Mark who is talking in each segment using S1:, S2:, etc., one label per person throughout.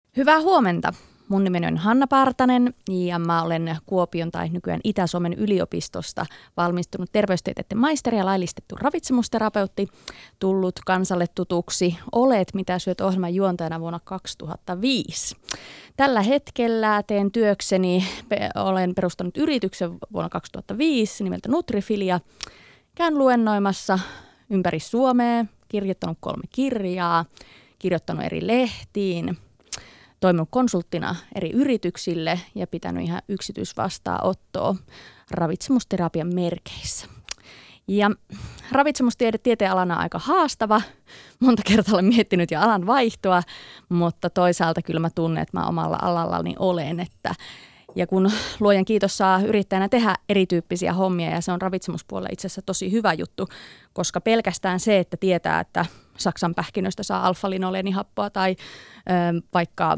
S1: Hyvää huomenta. Mun nimeni on Hanna Partanen ja mä olen Kuopion tai nykyään Itä-Suomen yliopistosta valmistunut terveystieteiden maisteri ja laillistettu ravitsemusterapeutti, tullut kansalle tutuksi Olet, mitä syöt -ohjelman juontajana vuonna 2005. Tällä hetkellä teen työkseni, olen perustanut yrityksen vuonna 2005 nimeltä Nutrifilia. Käyn luennoimassa ympäri Suomea, kirjoittanut 3 kirjaa, kirjoittanut eri lehtiin, toiminut konsulttina eri yrityksille ja pitänyt ihan yksityisvastaanottoa ravitsemusterapian merkeissä. Ja ravitsemustiede tieteenalana on aika haastava. Monta kertaa olen miettinyt jo alan vaihtoa, mutta toisaalta kyllä mä tunnen, että mä omalla alallani olen. Ja kun luojan kiitos saa yrittäjänä tehdä erityyppisiä hommia ja se on ravitsemuspuolella itse asiassa tosi hyvä juttu, koska pelkästään se, että tietää, että Saksan pähkinöistä saa alfa-linoleenihappoa tai vaikka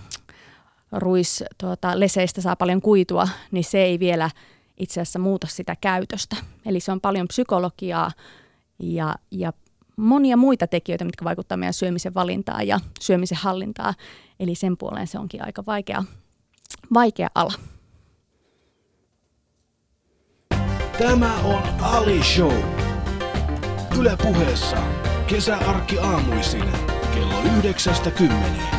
S1: leseistä saa paljon kuitua, niin se ei vielä itse asiassa muuta sitä käytöstä. Eli se on paljon psykologiaa ja monia muita tekijöitä, mitkä vaikuttavat meidän syömisen valintaan ja syömisen hallintaan. Eli sen puoleen se onkin aika vaikea ala.
S2: Tämä on Ali Show. Yle Puheessa kesäarkki aamuisin kello 9–10.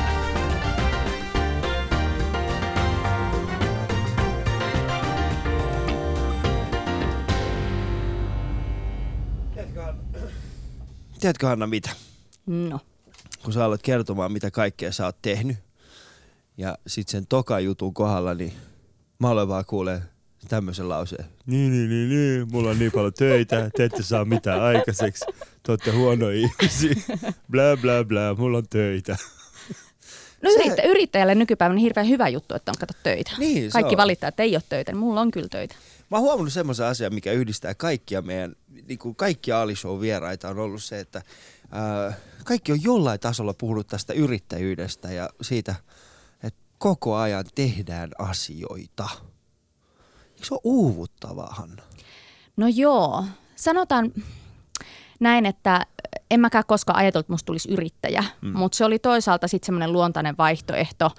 S3: Tiedätkö Hanna mitä?
S1: No.
S3: Kun sä alat kertomaan, mitä kaikkea sä oot tehnyt ja sit sen toka jutun kohdalla, niin mä olen vaan kuulee tämmöisen lauseen. Niin, mulla on niin paljon töitä, te ette saa mitään aikaiseksi, te ootte huono ihmisiä, blä blä blä, mulla on töitä.
S1: No yrittäjälle nykypäivänä hirveän hyvä juttu, että on kato töitä.
S3: Niin,
S1: kaikki valittaa, että ei ole töitä, niin mulla on kyllä töitä.
S3: Mä oon huomannut semmoisen asian, mikä yhdistää kaikkia meidän, niin kuin kaikkia Ali Show vieraita on ollut se, että kaikki on jollain tasolla puhunut tästä yrittäjyydestä ja siitä, että koko ajan tehdään asioita. Eikö se ole uuvuttavaa, Hanna?
S1: No joo. Sanotaan näin, että en mäkään koskaan ajatellut, että musta tulisi yrittäjä, mutta se oli toisaalta sitten semmoinen luontainen vaihtoehto,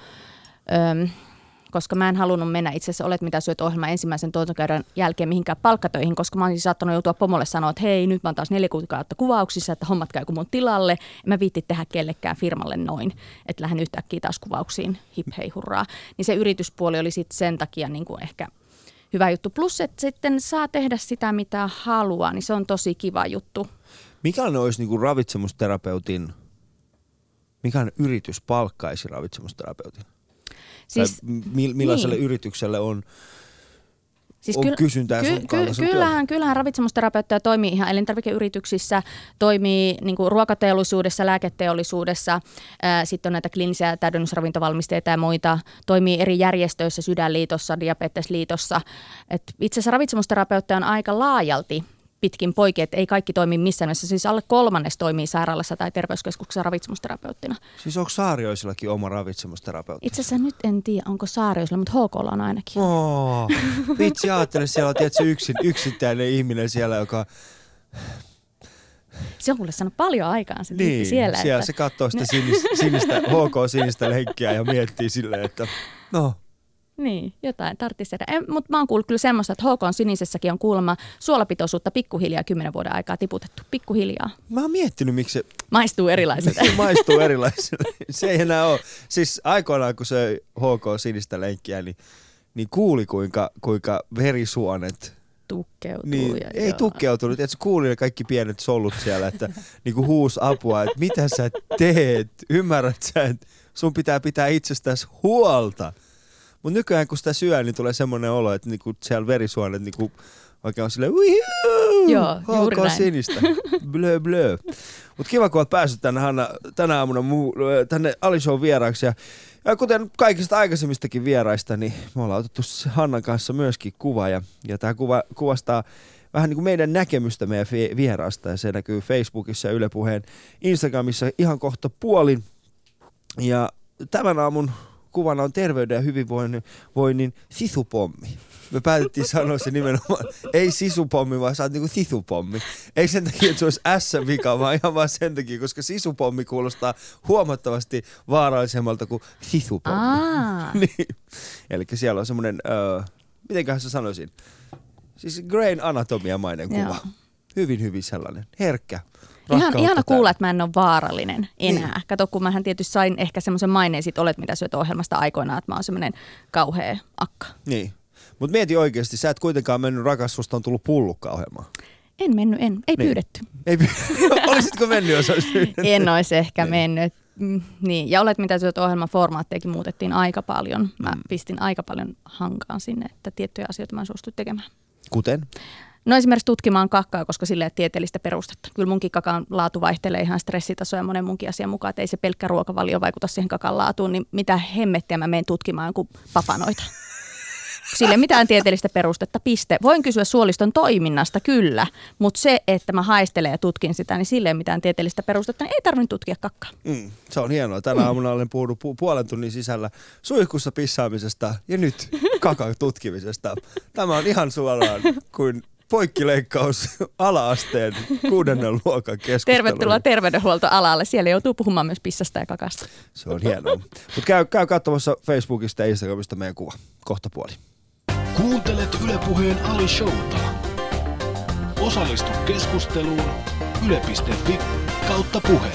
S1: koska mä en halunnut mennä itse asiassa Olet, mitä syöt -ohjelman ensimmäisen tuotantokäyrän jälkeen mihinkään palkkatöihin, koska mä olisin saattanut joutua pomolle sanoa, että hei, nyt mä oon taas 4 kuukautta kuvauksissa, että hommat käy mun tilalle. En mä viitti tehdä kellekään firmalle noin, että lähden yhtäkkiä taas kuvauksiin, hip hei hurraa. Niin se yrityspuoli oli sitten sen takia niin kuin ehkä hyvä juttu. Plus, että sitten saa tehdä sitä, mitä haluaa, niin se on tosi kiva juttu.
S3: Mikälainen olisi niinku ravitsemusterapeutin, mikälainen yritys palkkaisi ravitsemusterapeutin? Siis, millaiselle yritykselle on kysyntää sun kaltaisen
S1: kyllähän ravitsemusterapeutteja toimii ihan elintarvikeyrityksissä, toimii niin kuin ruokateollisuudessa, lääketeollisuudessa, sitten on näitä kliinisiä täydennysravintovalmisteita ja muita, toimii eri järjestöissä, Sydänliitossa, Diabetesliitossa. Et itse asiassa ravitsemusterapeutteja on aika laajalti pitkin poikia, että ei kaikki toimi missään nimessä. Siis alle 1/3 toimii sairaalassa tai terveyskeskuksessa ravitsemusterapeuttina.
S3: Siis onko Saarioisillakin oma ravitsemusterapeutti?
S1: Itse asiassa nyt en tiedä, onko Saarioisilla, mutta HK:lla on ainakin.
S3: Vitsi, ajattele, siellä on tietysti yksittäinen ihminen siellä, joka...
S1: Se on kuule saanut paljon aikaan se tyyppi
S3: siellä.
S1: Siellä
S3: että... se katsoo sitä sinistä lenkkiä ja miettii silleen, että no...
S1: Niin, jotain tarvitsisi tehdä. Mutta mä oon kuullut kyllä semmoista, että HK sinisessäkin on kuulemma suolapitoisuutta pikkuhiljaa 10 vuoden aikaa tiputettu. Pikkuhiljaa.
S3: Mä oon miettinyt, miksi se...
S1: Maistuu erilaiselta.
S3: Maistuu erilaiselta. Se ei enää ole. Siis aikoinaan, kun se HK sinistä lenkkiä, niin kuuli kuinka verisuonet...
S1: Tukkeutuu.
S3: Niin, ei tukkeutunut. Et kuuli ne kaikki pienet solut siellä, että niinku huus apua, että mitä sä teet? Ymmärrät sä, että sun pitää pitää itsestäsi huolta. Mutta nykyään kun sitä syö, niin tulee semmoinen olo, että niinku siellä verisuonet niinku oikein on silleen
S1: joo, juuri näin.
S3: Sinistä. Blö blö. Mutta kiva, kun olet päässyt tänä aamuna tänne Ali Show vieraaksi. Ja kuten kaikista aikaisemmistakin vieraista, niin me ollaan otettu Hannan kanssa myöskin kuva. Ja tämä kuva kuvastaa vähän niin kuin meidän näkemystä meidän vieraasta. Ja se näkyy Facebookissa ja Yle Puheen Instagramissa ihan kohta puolin. Ja tämän aamun kuvana on terveyden ja hyvinvoinnin sisupommi. Me päätettiin sanoa se nimenomaan, ei sisupommi, vaan sä oot niinku sisupommi. Ei sen takia, että se olisi S-vika, vaan ihan vaan sen takia, koska sisupommi kuulostaa huomattavasti vaarallisemmalta kuin sisupommi. Niin. Eli siellä on semmoinen, mitenköhän sä sanoisin, siis Grain Anatomia-mainen kuva. Hyvin sellainen, herkkä.
S1: Ihana kuulla, että mä en ole vaarallinen enää. Niin. Kato, kun mähän tietysti sain ehkä semmoisen maineen sit Olet mitä syöt -ohjelmasta aikoinaan, että mä oon semmoinen kauhea akka. Niin.
S3: Mutta mieti oikeasti, sä et kuitenkaan mennyt Rakas, susta on tullut pullukka-ohjelmaan.
S1: En mennyt, ei pyydetty.
S3: Olisitko mennyt, jos olisi pyydetty?
S1: En olisi ehkä mennyt. Niin. Ja Olet mitä syöt -ohjelman formaattejakin muutettiin aika paljon. Mä pistin aika paljon hankaan sinne, että tiettyjä asioita mä en suostu tekemään.
S3: Kuten?
S1: No esimerkiksi tutkimaan kakkaa, koska sille ei ole tieteellistä perustetta. Kyllä munkin kakan laatu vaihtelee ihan stressitasoja monen munkin asian mukaan, että ei se pelkkä ruokavalio vaikuta siihen kakan laatuun, niin mitä hemmettiä mä menen tutkimaan jonkun papanoita. Sille mitään tieteellistä perustetta, piste. Voin kysyä suoliston toiminnasta, kyllä, mutta se, että mä haistelen ja tutkin sitä, niin sille ei mitään tieteellistä perustetta, niin ei tarvitse tutkia kakkaa.
S3: Se on hienoa. Tänä aamuna olen puhunut puolen tunnin sisällä suihkussa pissaamisesta ja nyt kakan tutkimisesta. Tämä on ihan suoraan kuin poikkileikkaus ala-asteen 6. luokan keskustelu.
S1: Tervetuloa terveydenhuoltoalalle. Siellä joutuu puhumaan myös pissasta ja kakasta.
S3: Se on hienoa. Mutta käy katsomassa Facebookista ja Instagramista meidän kuva. Kohtapuoli.
S2: Kuuntelet Yle Puheen Ali Showta. Osallistu keskusteluun yle.fi/puhe.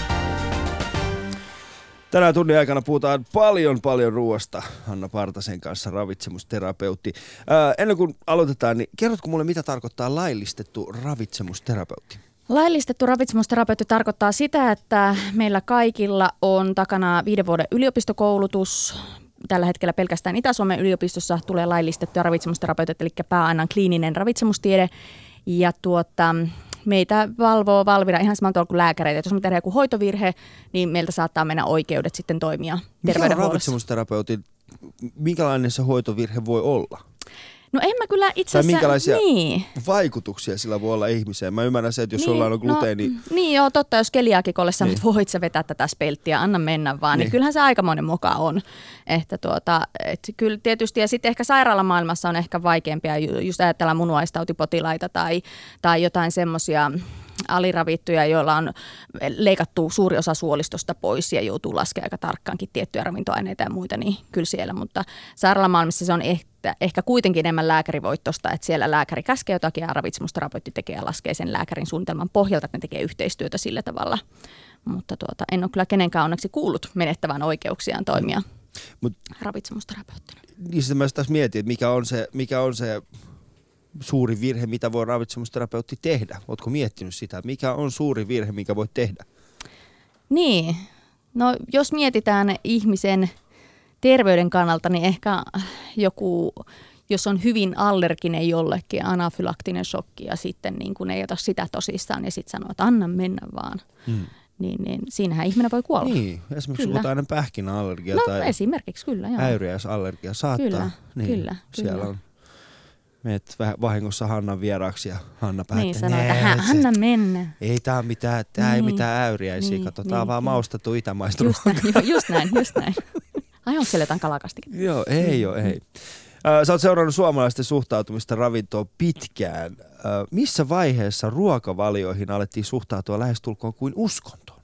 S3: Tänään tunnin aikana puhutaan paljon ruoasta Hanna Partasen kanssa, ravitsemusterapeutti. Ennen kuin aloitetaan, niin kerrotko mulle, mitä tarkoittaa laillistettu ravitsemusterapeutti?
S1: Laillistettu ravitsemusterapeutti tarkoittaa sitä, että meillä kaikilla on takana 5 vuoden yliopistokoulutus. Tällä hetkellä pelkästään Itä-Suomen yliopistossa tulee laillistettuja ravitsemusterapeutit, eli pääaineena kliininen ravitsemustiede. Ja meitä valvoo Valvira ihan samalla tavalla kuin lääkäreitä. Jos me tehdään joku hoitovirhe, niin meiltä saattaa mennä oikeudet sitten toimia terveydenhuollossa.
S3: Mikä on ravitsemusterapeutin, minkälainen se hoitovirhe voi olla?
S1: No en mä kyllä itse asiassa,
S3: minkälaisia vaikutuksia sillä voi olla ihmiseen? Mä ymmärrän se, että jos jollain on gluteeni.
S1: Niin joo, totta, jos keliaakikolle sanoo, että voit sä vetää tätä spelttiä, anna mennä vaan, niin kyllähän se aikamoinen moka on. Että kyllä tietysti, ja sitten ehkä sairaalamaailmassa on ehkä vaikeampia, just ajatellaan munuaistautipotilaita tai jotain semmoisia aliravittuja, joilla on leikattu suuri osa suolistosta pois ja joutuu laskemaan aika tarkkaankin tiettyjä ravintoaineita ja muita, niin kyllä siellä. Mutta sairaalamaailmassa se on ehkä kuitenkin enemmän lääkärivoittosta, että siellä lääkäri käskee jotakin ja ravitsemusterapeutti tekee ja laskee sen lääkärin suunnitelman pohjalta, että ne tekee yhteistyötä sillä tavalla. Mutta en ole kyllä kenenkään onneksi kuullut menettävän oikeuksiaan toimia ravitsemusterapeuttina.
S3: Niin sitä mä taas mietin, että mikä on se suuri virhe, mitä voi ravitsemusterapeutti tehdä? Ootko miettinyt sitä? Mikä on suuri virhe, mikä voi tehdä?
S1: Niin, no jos mietitään ihmisen terveyden kannalta, niin ehkä jos on hyvin allerginen jollekin, anafylaktinen shokki ja sitten niin kun ei ota sitä tosissaan ja sitten sanoo, että anna mennä vaan. Niin siinähän ihminen voi kuolla.
S3: Niin, esimerkiksi glutaanin pähkinäallergia tai
S1: esimerkiksi kyllä, joo.
S3: Äyriäisallergia saattaa.
S1: Kyllä.
S3: Siellä on. Meet vahingossa Hannan vieraaksi ja Hanna päättää,
S1: niin, sanoo, että anna mennä.
S3: Ei tää ei mitään äyriäisiä, katsotaan vaan maustettu itämaista
S1: ruokaa. Just näin. Ai onko siellä jotain kalakastikin?
S3: Joo, ei. Sä oot seurannut suomalaisten suhtautumista ravintoon pitkään. Missä vaiheessa ruokavalioihin alettiin suhtautua lähestulkoon kuin uskontoon?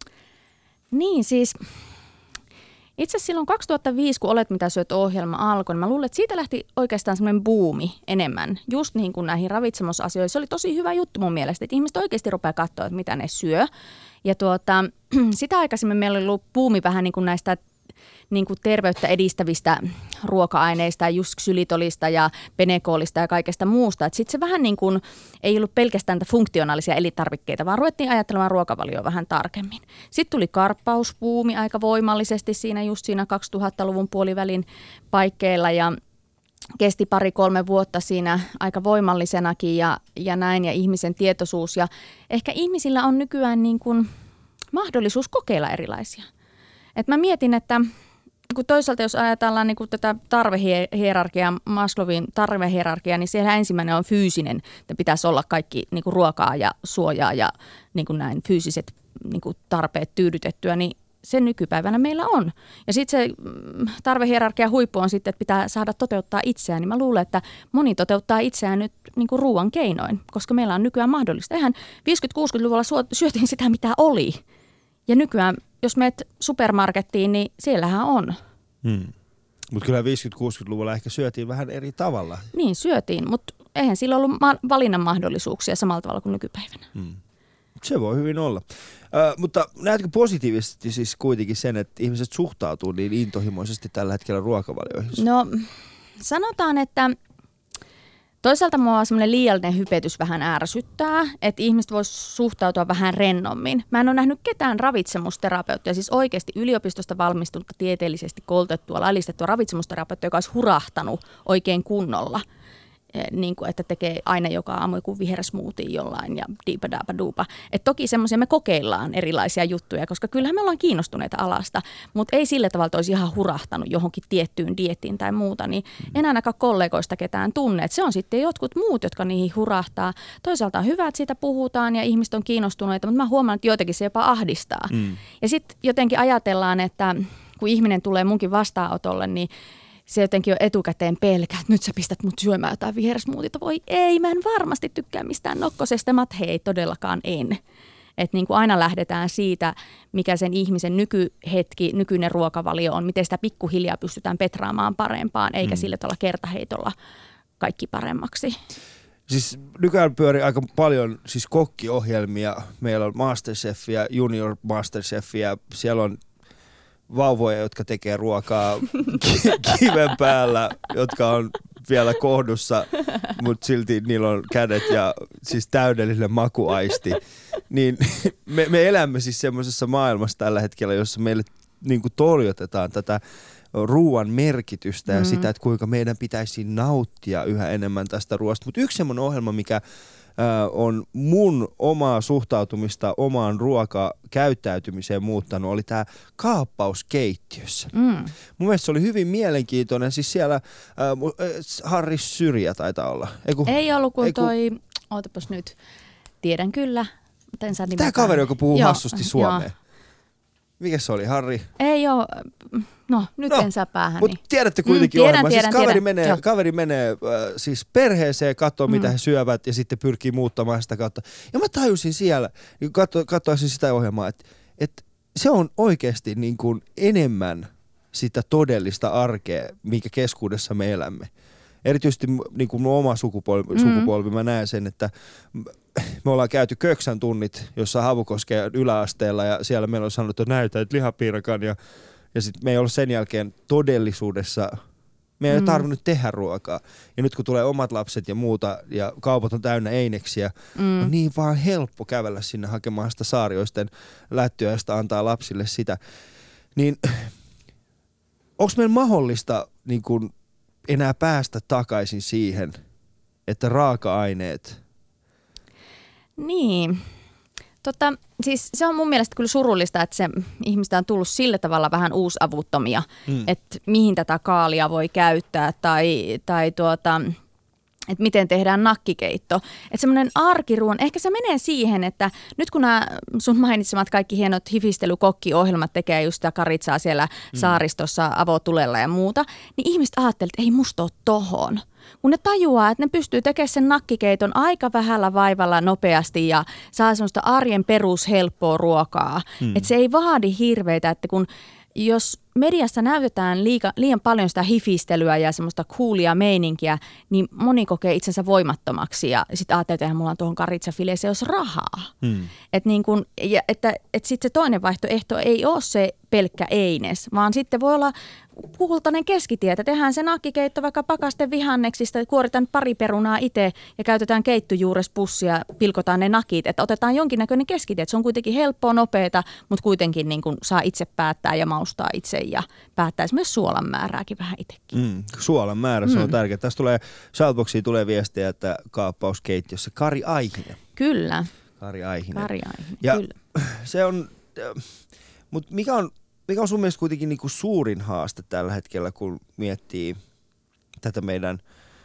S1: Niin siis itse asiassa silloin 2005, kun Olet mitä syöt -ohjelma alkoi, niin mä luulen, että siitä lähti oikeastaan semmoinen buumi enemmän. Just niin kuin näihin ravitsemusasioihin. Se oli tosi hyvä juttu mun mielestä, että ihmiset oikeasti rupeaa katsoa, että mitä ne syö. Ja sitä aikaisemmin meillä oli ollut buumi vähän niin kuin näistä niin kuin terveyttä edistävistä ruoka-aineista, just ksylitolista ja penekoolista ja kaikesta muusta. Sitten se vähän niin kuin ei ollut pelkästään funktionaalisia elintarvikkeita, vaan ruvettiin ajattelemaan ruokavalioa vähän tarkemmin. Sitten tuli karppausbuumi aika voimallisesti siinä 2000-luvun puolivälin paikkeilla ja kesti 2-3 vuotta siinä aika voimallisenakin ja näin ja ihmisen tietoisuus. Ja ehkä ihmisillä on nykyään niin kuin mahdollisuus kokeilla erilaisia. Et mä mietin, että kun toisaalta jos ajatellaan niin kuin tätä tarvehierarkiaa, Maslowin tarvehierarkiaa, niin siellä ensimmäinen on fyysinen, että pitäisi olla kaikki niin kuin ruokaa ja suojaa ja niin kuin näin fyysiset niin kuin tarpeet tyydytettyä, niin se nykypäivänä meillä on. Ja sitten se tarvehierarkian huippu on sitten, että pitää saada toteuttaa itseään. Niin mä luulen, että moni toteuttaa itseään nyt niin kuin ruoan keinoin, koska meillä on nykyään mahdollista. Eihän 50-60-luvulla syötiin sitä, mitä oli. Ja nykyään, jos menet supermarkettiin, niin siellähän on.
S3: Mutta kyllä 50-60-luvulla ehkä syötiin vähän eri tavalla.
S1: Niin, syötiin, mutta eihän sillä ollut valinnan mahdollisuuksia samalla tavalla kuin nykypäivänä.
S3: Se voi hyvin olla. Mutta näetkö positiivisesti siis kuitenkin sen, että ihmiset suhtautuu niin intohimoisesti tällä hetkellä ruokavalioihin?
S1: No, sanotaan, että toisaalta mua semmoinen liiallinen hypetys vähän ärsyttää, että ihmiset vois suhtautua vähän rennommin. Mä en ole nähnyt ketään ravitsemusterapeuttia, siis oikeasti yliopistosta valmistunutta, tieteellisesti koulutettua, laillistettua ravitsemusterapeuttia, joka olisi hurahtanut oikein kunnolla. Niin kuin, että tekee aina joka aamu joku vihersmoothie jollain ja diipa-daapa-duupa. Et toki semmoisia me kokeillaan erilaisia juttuja, koska kyllähän me ollaan kiinnostuneita alasta, mutta ei sillä tavalla, että olisi ihan hurahtanut johonkin tiettyyn dieettiin tai muuta, niin en ainakaan kollegoista ketään tunne. Et se on sitten jotkut muut, jotka niihin hurahtaa. Toisaalta on hyvä, että siitä puhutaan ja ihmiset on kiinnostuneita, mutta mä huomaan, että jotenkin se jopa ahdistaa. Ja sitten jotenkin ajatellaan, että kun ihminen tulee munkin vastaanotolle, niin se jotenkin jo etukäteen pelkää, että nyt sä pistät mut syömään jotain vihersmoothita. Voi ei, mä en varmasti tykkää mistään nokkosesta. Mä hei, todellakaan en. Että niin kuin aina lähdetään siitä, mikä sen ihmisen nykyinen ruokavalio on, miten sitä pikkuhiljaa pystytään petraamaan parempaan, eikä sillä tavalla kertaheitolla kaikki paremmaksi.
S3: Siis nykyään pyörii aika paljon siis kokkiohjelmia. Meillä on Masterchefia, Junior Masterchefia, siellä on vauvoja, jotka tekee ruokaa kiven päällä, jotka on vielä kohdussa, mutta silti niillä on kädet ja siis täydellinen makuaisti. Niin me elämme siis semmoisessa maailmassa tällä hetkellä, jossa meille niin kuin torjotetaan tätä ruoan merkitystä ja sitä, että kuinka meidän pitäisi nauttia yhä enemmän tästä ruoasta. Mutta yksi semmoinen ohjelma, mikä on mun omaa suhtautumista omaan ruokakäyttäytymiseen muuttanut, oli tämä Kaappaus keittiössä. Mun mielestä se oli hyvin mielenkiintoinen. Siis siellä Harri Syrjä taitaa olla.
S1: Ei ollut kuin toi, ootapas nyt, tiedän kyllä.
S3: Tämä kaveri, joka puhuu hassusti suomea. Mikä se oli, Harri?
S1: Ei oo, nyt en saa päähän.
S3: Mutta tiedätte kuitenkin ohjelmaa. Siis kaveri menee siis perheeseen, katsoo mitä he syövät ja sitten pyrkii muuttamaan sitä kautta. Ja mä tajusin siellä, katsoisin sitä ohjelmaa, että se on oikeasti niin kuin enemmän sitä todellista arkea, minkä keskuudessa me elämme. Erityisesti niin kuin mun oma sukupolvi, mä näen sen, että me ollaan käyty Köksän tunnit, jossa Havukosken yläasteella ja siellä meillä on sanottu, että näytät lihapiirakan ja sitten me ei ollut sen jälkeen todellisuudessa, me ei ole tarvinnut tehdä ruokaa. Ja nyt kun tulee omat lapset ja muuta ja kaupat on täynnä eineksiä, on niin vaan helppo kävellä sinne hakemaan sitä Saarioisten lättyä ja sitä antaa lapsille sitä. Niin onko meillä mahdollista niin kun enää päästä takaisin siihen, että raaka-aineet...
S1: Niin. Siis se on mun mielestä kyllä surullista, että se ihmistä on tullut sillä tavalla vähän uusavuttomia, että mihin tätä kaalia voi käyttää tai että miten tehdään nakkikeitto. Että semmoinen arkiruon, ehkä se menee siihen, että nyt kun nämä sun mainitsemat kaikki hienot hifistelykokkiohjelmat tekee just sitä karitsaa siellä saaristossa avotulella ja muuta, niin ihmiset ajattelevat, että ei musta ole tohon. Kun ne tajuaa, että ne pystyy tekemään sen nakkikeiton aika vähällä vaivalla nopeasti ja saa semmoista arjen perushelppoa ruokaa. Että se ei vaadi hirveitä, että jos mediassa näytetään liian paljon sitä hifistelyä ja semmoista coolia meininkiä, niin moni kokee itsensä voimattomaksi ja sitten ajattelee, että mulla on tuohon karitsafileeseen jos rahaa. Että sitten se toinen vaihtoehto ei ole se pelkkä eines, vaan sitten voi olla kultainen keskitie, että tehdään se nakkikeitto vaikka pakasten vihanneksista, kuoritaan pari perunaa itse ja käytetään keittojuurespussia ja pilkotaan ne nakit, että otetaan jonkinnäköinen keskitie, että se on kuitenkin helppoa, nopeata, mutta kuitenkin niin kuin saa itse päättää ja maustaa itse ja päättää esimerkiksi suolan määrääkin vähän itsekin.
S3: Suolan määrä, se on tärkeää. Tässä tulee, Shoutboxiin tulee viestiä, että kaappauskeittiössä Kari Aihinen.
S1: Kyllä.
S3: Kari Aihinen.
S1: Ja kyllä.
S3: Se on, mutta mikä on sun mielestä kuitenkin niinku suurin haaste tällä hetkellä, kun miettii tätä meidän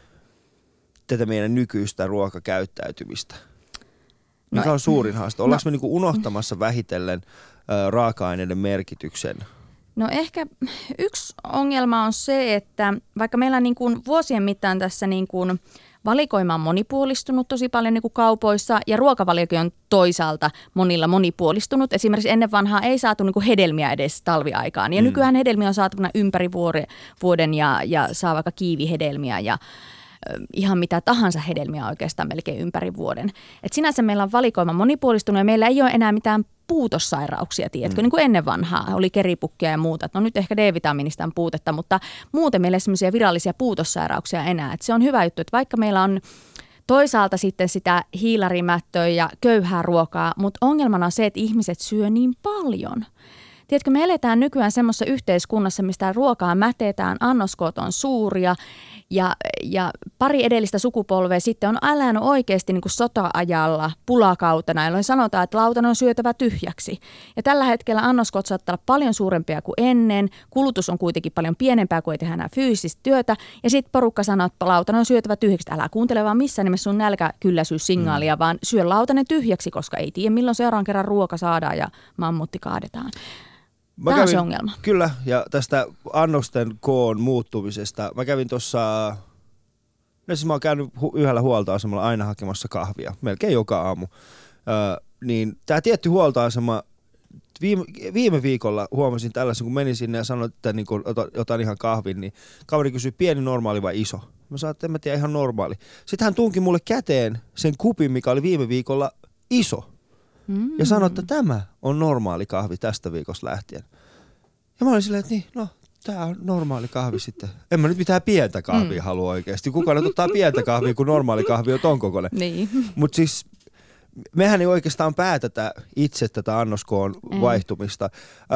S3: nykyistä ruokakäyttäytymistä? Mikä on suurin haaste? Ollaanko me niinku unohtamassa vähitellen raaka-aineiden merkityksen?
S1: No ehkä yksi ongelma on se, että vaikka meillä niin kuin vuosien mittaan tässä niin kuin valikoima on monipuolistunut tosi paljon niin kuin kaupoissa ja ruokavaliokin on toisaalta monilla monipuolistunut. Esimerkiksi ennen vanhaa ei saatu niin kuin hedelmiä edes talviaikaan ja nykyään hedelmiä on saatavana ympäri vuoden ja saa vaikka kiivihedelmiä ja ihan mitä tahansa hedelmiä oikeastaan melkein ympäri vuoden. Et sinänsä meillä on valikoima monipuolistunut ja meillä ei ole enää mitään puutossairauksia, tiedätkö, niin kuin ennen vanhaa oli keripukkia ja muuta. No nyt ehkä D-vitamiinista on puutetta, mutta muuten meillä ei sellaisia virallisia puutossairauksia enää. Et se on hyvä juttu, että vaikka meillä on toisaalta sitten sitä hiilarimättöä ja köyhää ruokaa, mutta ongelmana on se, että ihmiset syö niin paljon. Tiedätkö, me eletään nykyään semmoisessa yhteiskunnassa, mistä ruokaa mätetään, annoskoot on suuria ja pari edellistä sukupolvea sitten on elänyt oikeasti niin kuin sota-ajalla, pulakautena, jolloin sanotaan, että lautanen on syötävä tyhjäksi. Ja tällä hetkellä annoskoot saattaa olla paljon suurempia kuin ennen, kulutus on kuitenkin paljon pienempää, kuin ei tehdä enää fyysistä työtä. Ja sitten porukka sanoo, että lautanen on syötävä tyhjäksi. Älä kuuntele vaan missään nimessä sun nälkäkylläisyyssignaalia, vaan syö lautanen tyhjäksi, koska ei tiedä milloin seuraavan kerran ruoka saadaan ja mammutti kaadetaan. Tämä on se ongelma.
S3: Kyllä, ja tästä annosten koon muuttumisesta. Mä kävin tuossa, mä oon käynyt yhdellä huoltoasemalla aina hakemassa kahvia, melkein joka aamu. Niin tää tietty huoltoasema, viime viikolla huomasin tällaisen, kun menin sinne ja sanoin, että niin kun otan ihan kahvin, niin kaveri kysyi, pieni, normaali vai iso? Mä sanoin, että en mä tiedä, ihan normaali. Sitten hän tunki mulle käteen sen kupin, mikä oli viime viikolla iso. Ja sanoi, että tämä on normaali kahvi tästä viikosta lähtien. Ja mä olin silleen, että niin, no, tää on normaali kahvi sitten. En mä nyt mitään pientä kahvia halua oikeasti. Kuka nyt ottaa pientä kahvia, kun normaali kahvi on ton kokoinen.
S1: Niin.
S3: Mutta siis mehän ei oikeastaan päätetä itse tätä annoskoon vaihtumista.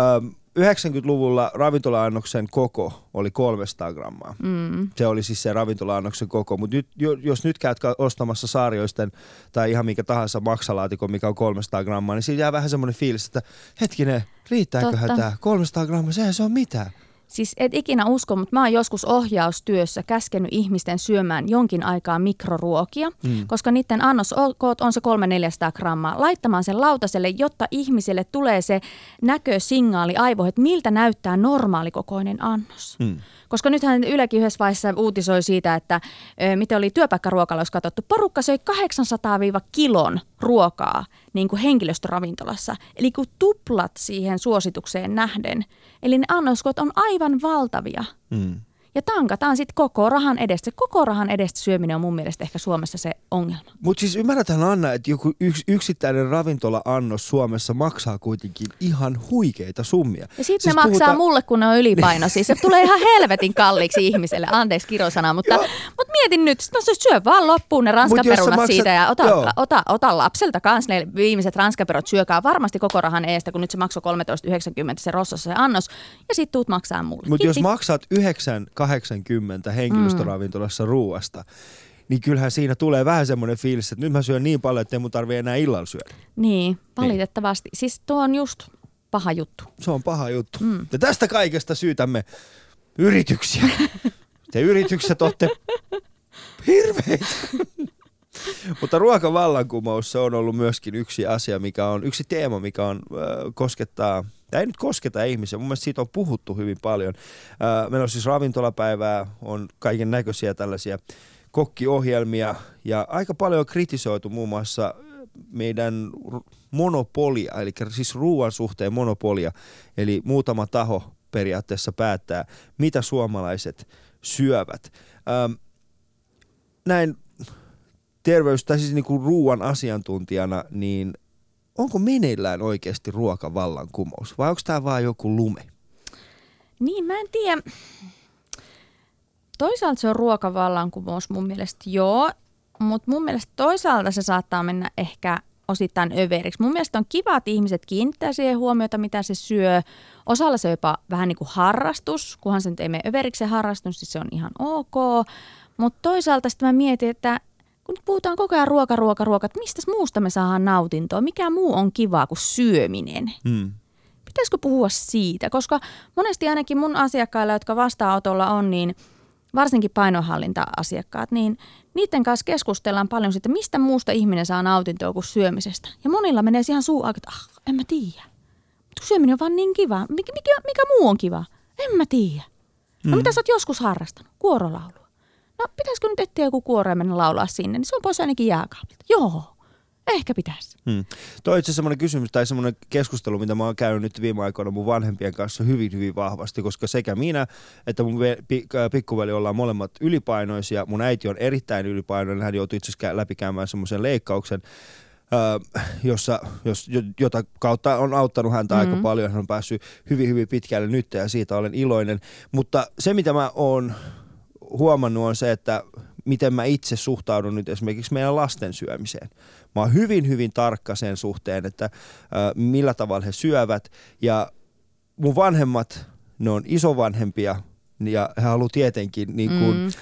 S3: 90-luvulla ravintola-annoksen koko oli 300 grammaa. Se oli siis se ravintola-annoksen koko, mutta jos nyt käyt ostamassa Saarioisten tai ihan mikä tahansa maksalaatikon, mikä on 300 grammaa, niin siinä jää vähän semmoinen fiilis, että hetkinen, riittääköhän tämä 300 grammaa, sehän se on mitään.
S1: Siis et ikinä usko, mutta mä oon joskus ohjaustyössä käskenyt ihmisten syömään jonkin aikaa mikroruokia, koska niiden annoskoot on se 300-400 grammaa. Laittamaan sen lautaselle, jotta ihmiselle tulee se näkösignaali aivoihin, että miltä näyttää normaalikokoinen annos. Koska nythän Ylekin yhdessä vaiheessa uutisoi siitä, että miten oli työpaikkaruokalla, jos katsottu, porukka söi 800-kilon ruokaa niin kuin henkilöstöravintolassa. Eli kun tuplat siihen suositukseen nähden. Eli ne annoskoot on aivan valtavia. Ja tankataan sitten koko rahan edestä. Se koko rahan edestä syöminen on mun mielestä ehkä Suomessa se ongelma.
S3: Mutta siis ymmärrätään, Anna, että joku yksittäinen ravintola-annos Suomessa maksaa kuitenkin ihan huikeita summia.
S1: Ja sitten siis ne maksaa mulle, kun ne on ylipainoisia. Se tulee ihan helvetin kalliiksi ihmiselle. Anteeksi kirosana, mutta mietin nyt. Sitten mä syö vaan loppuun ne ranskaperunat siitä ja ota lapselta kanssa ne viimeiset ranskaperot. Syökää varmasti koko rahan edestä, kun nyt se maksoi 13,90 se Rossossa se annos. Ja sitten tuut maksaa mulle.
S3: Mutta jos maksat 9,80 henkilöstöravintolassa ruuasta, niin kyllähän siinä tulee vähän semmoinen fiilis, että nyt mä syön niin paljon, että ei mun tarvitse enää illalla syödä.
S1: Niin, valitettavasti. Niin. Siis tuo on just paha juttu.
S3: Se on paha juttu. Ja tästä kaikesta syytämme yrityksiä. Te yritykset olette hirveitä. Mutta ruokavallankumous, se on ollut myöskin yksi asia, yksi teema, mikä on koskettaa, ei nyt kosketa ihmisiä, mun mielestä siitä on puhuttu hyvin paljon. Meillä on siis ravintolapäivää, on kaiken näköisiä tällaisia kokkiohjelmia ja aika paljon on kritisoitu muun muassa meidän monopolia, eli siis ruoan suhteen monopolia, eli muutama taho periaatteessa päättää, mitä suomalaiset syövät. Näin tai siis niin kuin ruoan asiantuntijana, niin onko meneillään oikeasti ruokavallankumous vai onko tämä vaan joku lume?
S1: Niin, mä en tiedä. Toisaalta se on ruokavallankumous mun mielestä joo, mutta mun mielestä toisaalta se saattaa mennä ehkä osittain överiksi. Mun mielestä on kiva, että ihmiset kiinnittää siihen huomiota, mitä se syö. Osalla se on jopa vähän niin kuin harrastus, kunhan se nyt ei mene överiksi se harrastus, siis se on ihan ok. Mutta toisaalta sitten mä mietin, että kun puhutaan koko ajan ruoka, että mistä muusta me saadaan nautintoa? Mikä muu on kivaa kuin syöminen? Pitäisikö puhua siitä? Koska monesti ainakin mun asiakkailla, jotka vastaanotolla on, niin varsinkin painonhallinta-asiakkaat, niin niiden kanssa keskustellaan paljon siitä, mistä muusta ihminen saa nautintoa kuin syömisestä. Ja monilla menee ihan suu aikaa, että en mä tiedä. syöminen on vaan niin kiva. Mikä muu on kiva? En mä tiedä. No mitä sä oot joskus harrastanut? Kuorolaulua. No pitäisikö nyt etsiä joku kuoro ja mennä laulaa sinne, niin se on pois ainakin jääkaapilta. Joo. Ehkä pitäisi.
S3: Toi on itse semmoinen kysymys tai semmoinen keskustelu, mitä mä oon käynyt nyt viime aikoina mun vanhempien kanssa hyvin, hyvin vahvasti, koska sekä minä että mun pikkuveli ollaan molemmat ylipainoisia. Mun äiti on erittäin ylipainoinen. Hän joutui itse asiassa läpikäymään semmoisen leikkauksen, jota kautta on auttanut häntä aika paljon. Hän on päässyt hyvin, hyvin pitkälle nyt ja siitä olen iloinen. Mutta se, mitä mä oon huomannut, on se, että miten mä itse suhtaudun nyt esimerkiksi meidän lasten syömiseen. Mä oon hyvin, hyvin tarkka sen suhteen, että millä tavalla he syövät. Ja mun vanhemmat, ne on isovanhempia ja he haluaa tietenkin niin kuin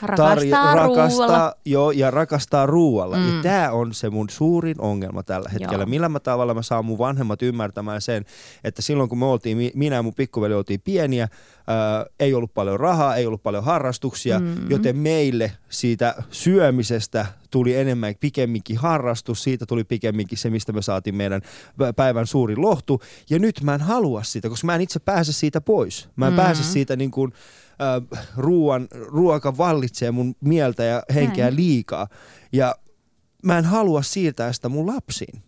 S3: rakastaa ruualla. Ja tää on se mun suurin ongelma tällä hetkellä. Millä tavalla mä saan mun vanhemmat ymmärtämään sen, että silloin kun me oltiin, minä ja mun pikkuveli oltiin pieniä, ei ollut paljon rahaa, ei ollut paljon harrastuksia, joten meille siitä syömisestä tuli enemmän pikemminkin harrastus, siitä tuli pikemminkin se, mistä me saatiin meidän päivän suurin lohtu. Ja nyt mä en halua sitä, koska mä en itse pääse siitä pois. Mä en pääse siitä niin kuin ruoka vallitsee mun mieltä ja henkeä liikaa. Ja mä en halua siirtää sitä mun lapsiin.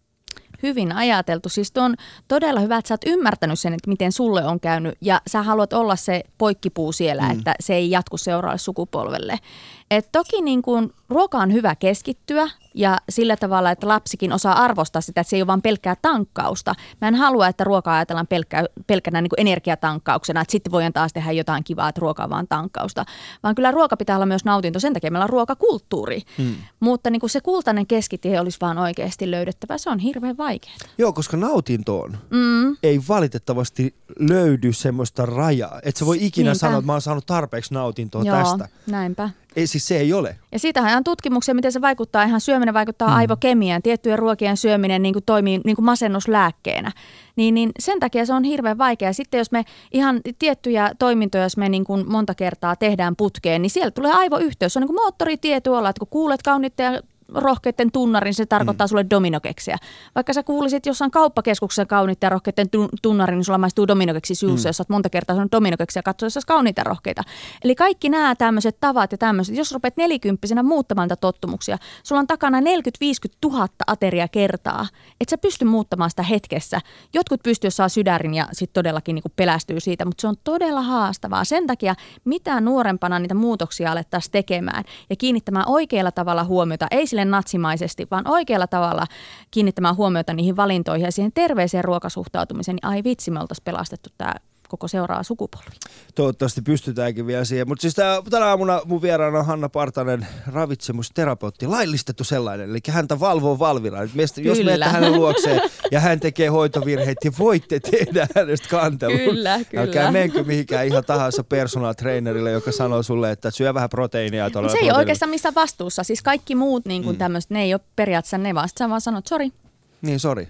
S1: Hyvin ajateltu. Siis on todella hyvä, että sä oot ymmärtänyt sen, että miten sulle on käynyt ja sä haluat olla se poikkipuu siellä, että se ei jatku seuraavalle sukupolvelle. Et toki niin kun, ruoka on hyvä keskittyä ja sillä tavalla, että lapsikin osaa arvostaa sitä, että se ei ole vain pelkkää tankkausta. Mä en halua, että ruokaa ajatellaan pelkkänä niin kuin energiatankkauksena, että sitten voidaan taas tehdä jotain kivaa, että ruoka on vaan tankkausta. Vaan kyllä ruoka pitää olla myös nautinto, sen takia meillä on ruokakulttuuri. Mutta niin kuin se kultainen keskitie olisi vaan oikeasti löydettävä, se on hirveän vaikeaa.
S3: Joo, koska nautintoon ei valitettavasti löydy semmoista rajaa. Että sä voi ikinä sanoa, että mä oon saanut tarpeeksi nautintoa tästä.
S1: Näinpä.
S3: Ei, siis se ei ole.
S1: Ja siitähän on tutkimuksia, miten se vaikuttaa. Ihan syöminen vaikuttaa aivokemiaan. Tiettyjen ruokien syöminen niin kuin toimii niin kuin masennuslääkkeenä. Niin sen takia se on hirveän vaikea. Sitten jos me ihan tiettyjä toimintoja, jos me niin kuin monta kertaa tehdään putkeen, niin siellä tulee aivoyhteys. Se on niin kuin moottoritie tuolla, että kun kuulet kauniita ja rohkeiden tunnarin, se tarkoittaa sulle dominokeksiä. Vaikka sä kuulisit jossain kauppakeskuksessa kauniita ja rohkeiden tunnarin, niin sulla maistuu dominokeksi suussa, jos sä oot monta kertaa sanonut dominokeksiä katsoessa kauniita ja rohkeita. Eli kaikki nämä tämmöiset tavat ja tämmöiset, jos rupeat 40-vuotiaana muuttamaan niitä tottumuksia, sulla on takana 40-50 000 ateriakertaa, et sä pysty muuttamaan sitä hetkessä. Jotkut pystyy, jos saa sydärin ja sitten todellakin niin kuin pelästyy siitä, mutta se on todella haastavaa. Sen takia mitä nuorempana niitä muutoksia alettaisiin tekemään ja kiinnittämään oikealla tavalla huomiota, ei sille natsimaisesti, vaan oikealla tavalla kiinnittämään huomiota niihin valintoihin ja siihen terveeseen ruokasuhtautumiseen, niin ai vitsi, me oltaisiin pelastettu tämä koko seuraava sukupolvi. Toivottavasti
S3: pystytäänkin vielä siihen. Mutta siis tänä aamuna mun vieraana on Hanna Partanen, ravitsemusterapeutti, laillistettu sellainen. Eli häntä valvoo Valvira. Jos menette hänen luokseen ja hän tekee hoitovirheitä, niin voitte tehdä hänestä kantelun.
S1: Kyllä.
S3: Älkää menkö mihinkään ihan tahansa personal trainerille, joka sanoo sulle, että syö vähän proteiinia.
S1: Se ei ole oikeastaan missään vastuussa. Siis kaikki muut niin kuin tämmöiset, ne ei ole periaatteessa ne vaan. Sitten sä vaan sanot, sori.
S3: Niin, sori.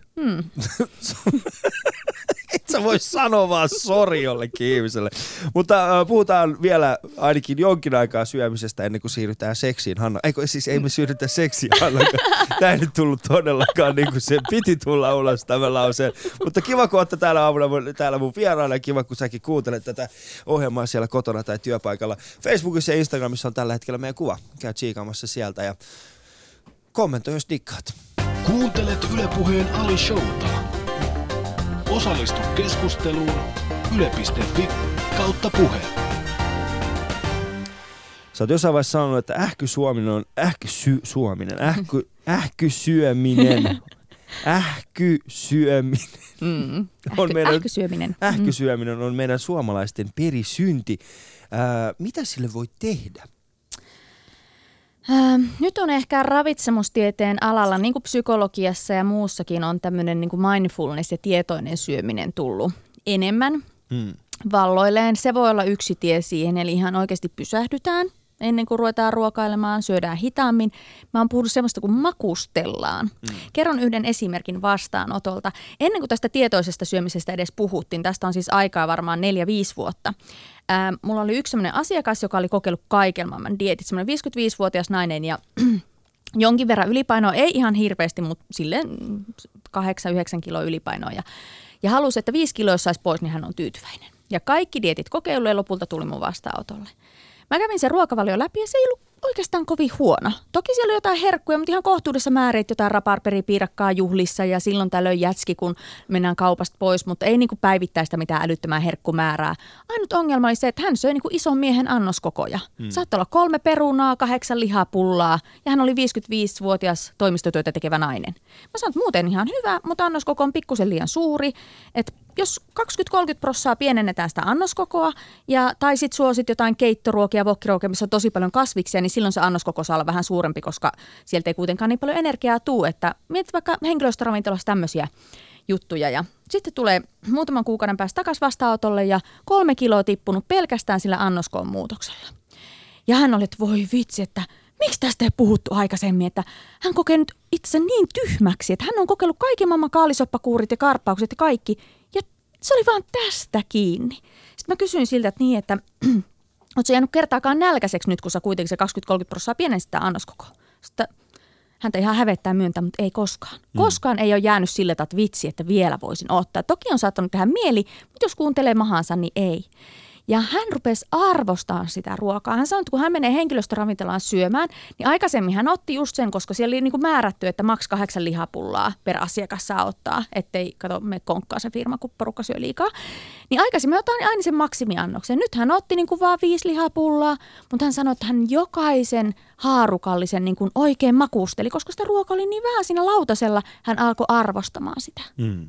S3: Et sä voi sanoa vaan sori jollekin ihmiselle. Mutta puhutaan vielä ainakin jonkin aikaa syömisestä ennen kuin siirrytään seksiin. Hanna, ei me siirrytä seksiin, Hanna. Tämä ei nyt tullut todellakaan niin kuin se piti tulla ulos tämän lauseen. Mutta kiva, kun olette täällä aamuna täällä mun vieraana ja kiva, kun säkin kuuntelet tätä ohjelmaa siellä kotona tai työpaikalla. Facebookissa ja Instagramissa on tällä hetkellä meidän kuva. Käy tsiikaamassa sieltä ja kommentoi, jos dikkaat.
S2: Kuuntelet Yle Puheen Ali Showta. Osallistu keskusteluun yle.fi/puhe.
S3: Sä oot jossain vaiheessa sanonut, että ähkysyöminen on ähkysyöminen on meidän suomalaisten perisynti. Mitä sille voi tehdä?
S1: Nyt on ehkä ravitsemustieteen alalla, niin kuin psykologiassa ja muussakin, on tämmöinen niin kuin mindfulness ja tietoinen syöminen tullut enemmän valloilleen. Se voi olla yksi tie siihen, eli ihan oikeasti pysähdytään ennen kuin ruvetaan ruokailemaan, syödään hitaammin. Mä oon puhunut semmoista kuin makustellaan. Kerron yhden esimerkin vastaanotolta. Ennen kuin tästä tietoisesta syömisestä edes puhuttiin, tästä on siis aikaa varmaan 4-5 vuotta. Mulla oli yksi semmoinen asiakas, joka oli kokeillut kaiken maailman dieetit, semmoinen 55-vuotias nainen ja jonkin verran ylipainoa, ei ihan hirveästi, mutta silleen 8-9 kiloa ylipainoa. Ja halusi, että 5 kiloa jos saisi pois, niin hän on tyytyväinen. Ja kaikki dietit kokeilu ja lopulta tuli mun vastaanotolle. Mä kävin sen ruokavalio läpi ja se ei ollut oikeastaan kovin huono. Toki siellä oli jotain herkkuja, mutta ihan kohtuudessa määrin, jotain raparperipiirakkaa juhlissa ja silloin tällöin jätski, kun mennään kaupasta pois, mutta ei niinku päivittäistä mitään älyttömää herkkumäärää. Ainut ongelma oli se, että hän söi niinku ison miehen annoskokoja. Saattoi olla 3 perunaa, 8 lihapullaa ja hän oli 55-vuotias toimistotyötä tekevä nainen. Mä sanoin, että muuten ihan hyvä, mutta annoskoko on pikkusen liian suuri, että jos 20-30% pienennetään sitä annoskokoa tai sitten suosit jotain keittoruokia, wokkiruokia, missä on tosi paljon kasviksia, niin silloin se annoskoko saa olla vähän suurempi, koska sieltä ei kuitenkaan niin paljon energiaa tule. Että mietit vaikka henkilöstöravintolassa tämmöisiä juttuja. Ja sitten tulee muutaman kuukauden päästä takaisin vastaanotolle ja 3 kiloa tippunut pelkästään sillä annoskoon muutoksella. Ja hän oli, että voi vitsi, että miksi tästä ei puhuttu aikaisemmin, että hän kokee nyt itse niin tyhmäksi, että hän on kokeillut kaiken maailman kaalisoppakuurit ja karppaukset ja kaikki, ja se oli vaan tästä kiinni. Sitten mä kysyin siltä, että niin, että ootko sä jäänyt kertaakaan nälkäiseksi nyt, kun sä kuitenkin se 20-30% pienensit sitä annoskokoa. Sitten häntä ihan hävettää myöntää, mutta ei koskaan. Koskaan ei ole jäänyt sille, että vitsi, että vielä voisin ottaa. Toki on saattanut tehdä mieli, mutta jos kuuntelee mahansa, niin ei. Ja hän rupesi arvostamaan sitä ruokaa. Hän sanoi, että kun hän menee henkilöstöravintolaan syömään, niin aikaisemmin hän otti just sen, koska siellä oli niin kuin määrätty, että maks 8 lihapullaa per asiakas saa ottaa, ettei me konkkaa se firma, kun porukka syö liikaa. Niin aikaisemmin otan aina sen maksimiannoksen. Nyt hän otti niin kuin vaan 5 lihapullaa, mutta hän sanoi, että hän jokaisen haarukallisen niin kuin oikein makusteli, koska sitä ruoka oli niin vähän siinä lautasella, hän alkoi arvostamaan sitä.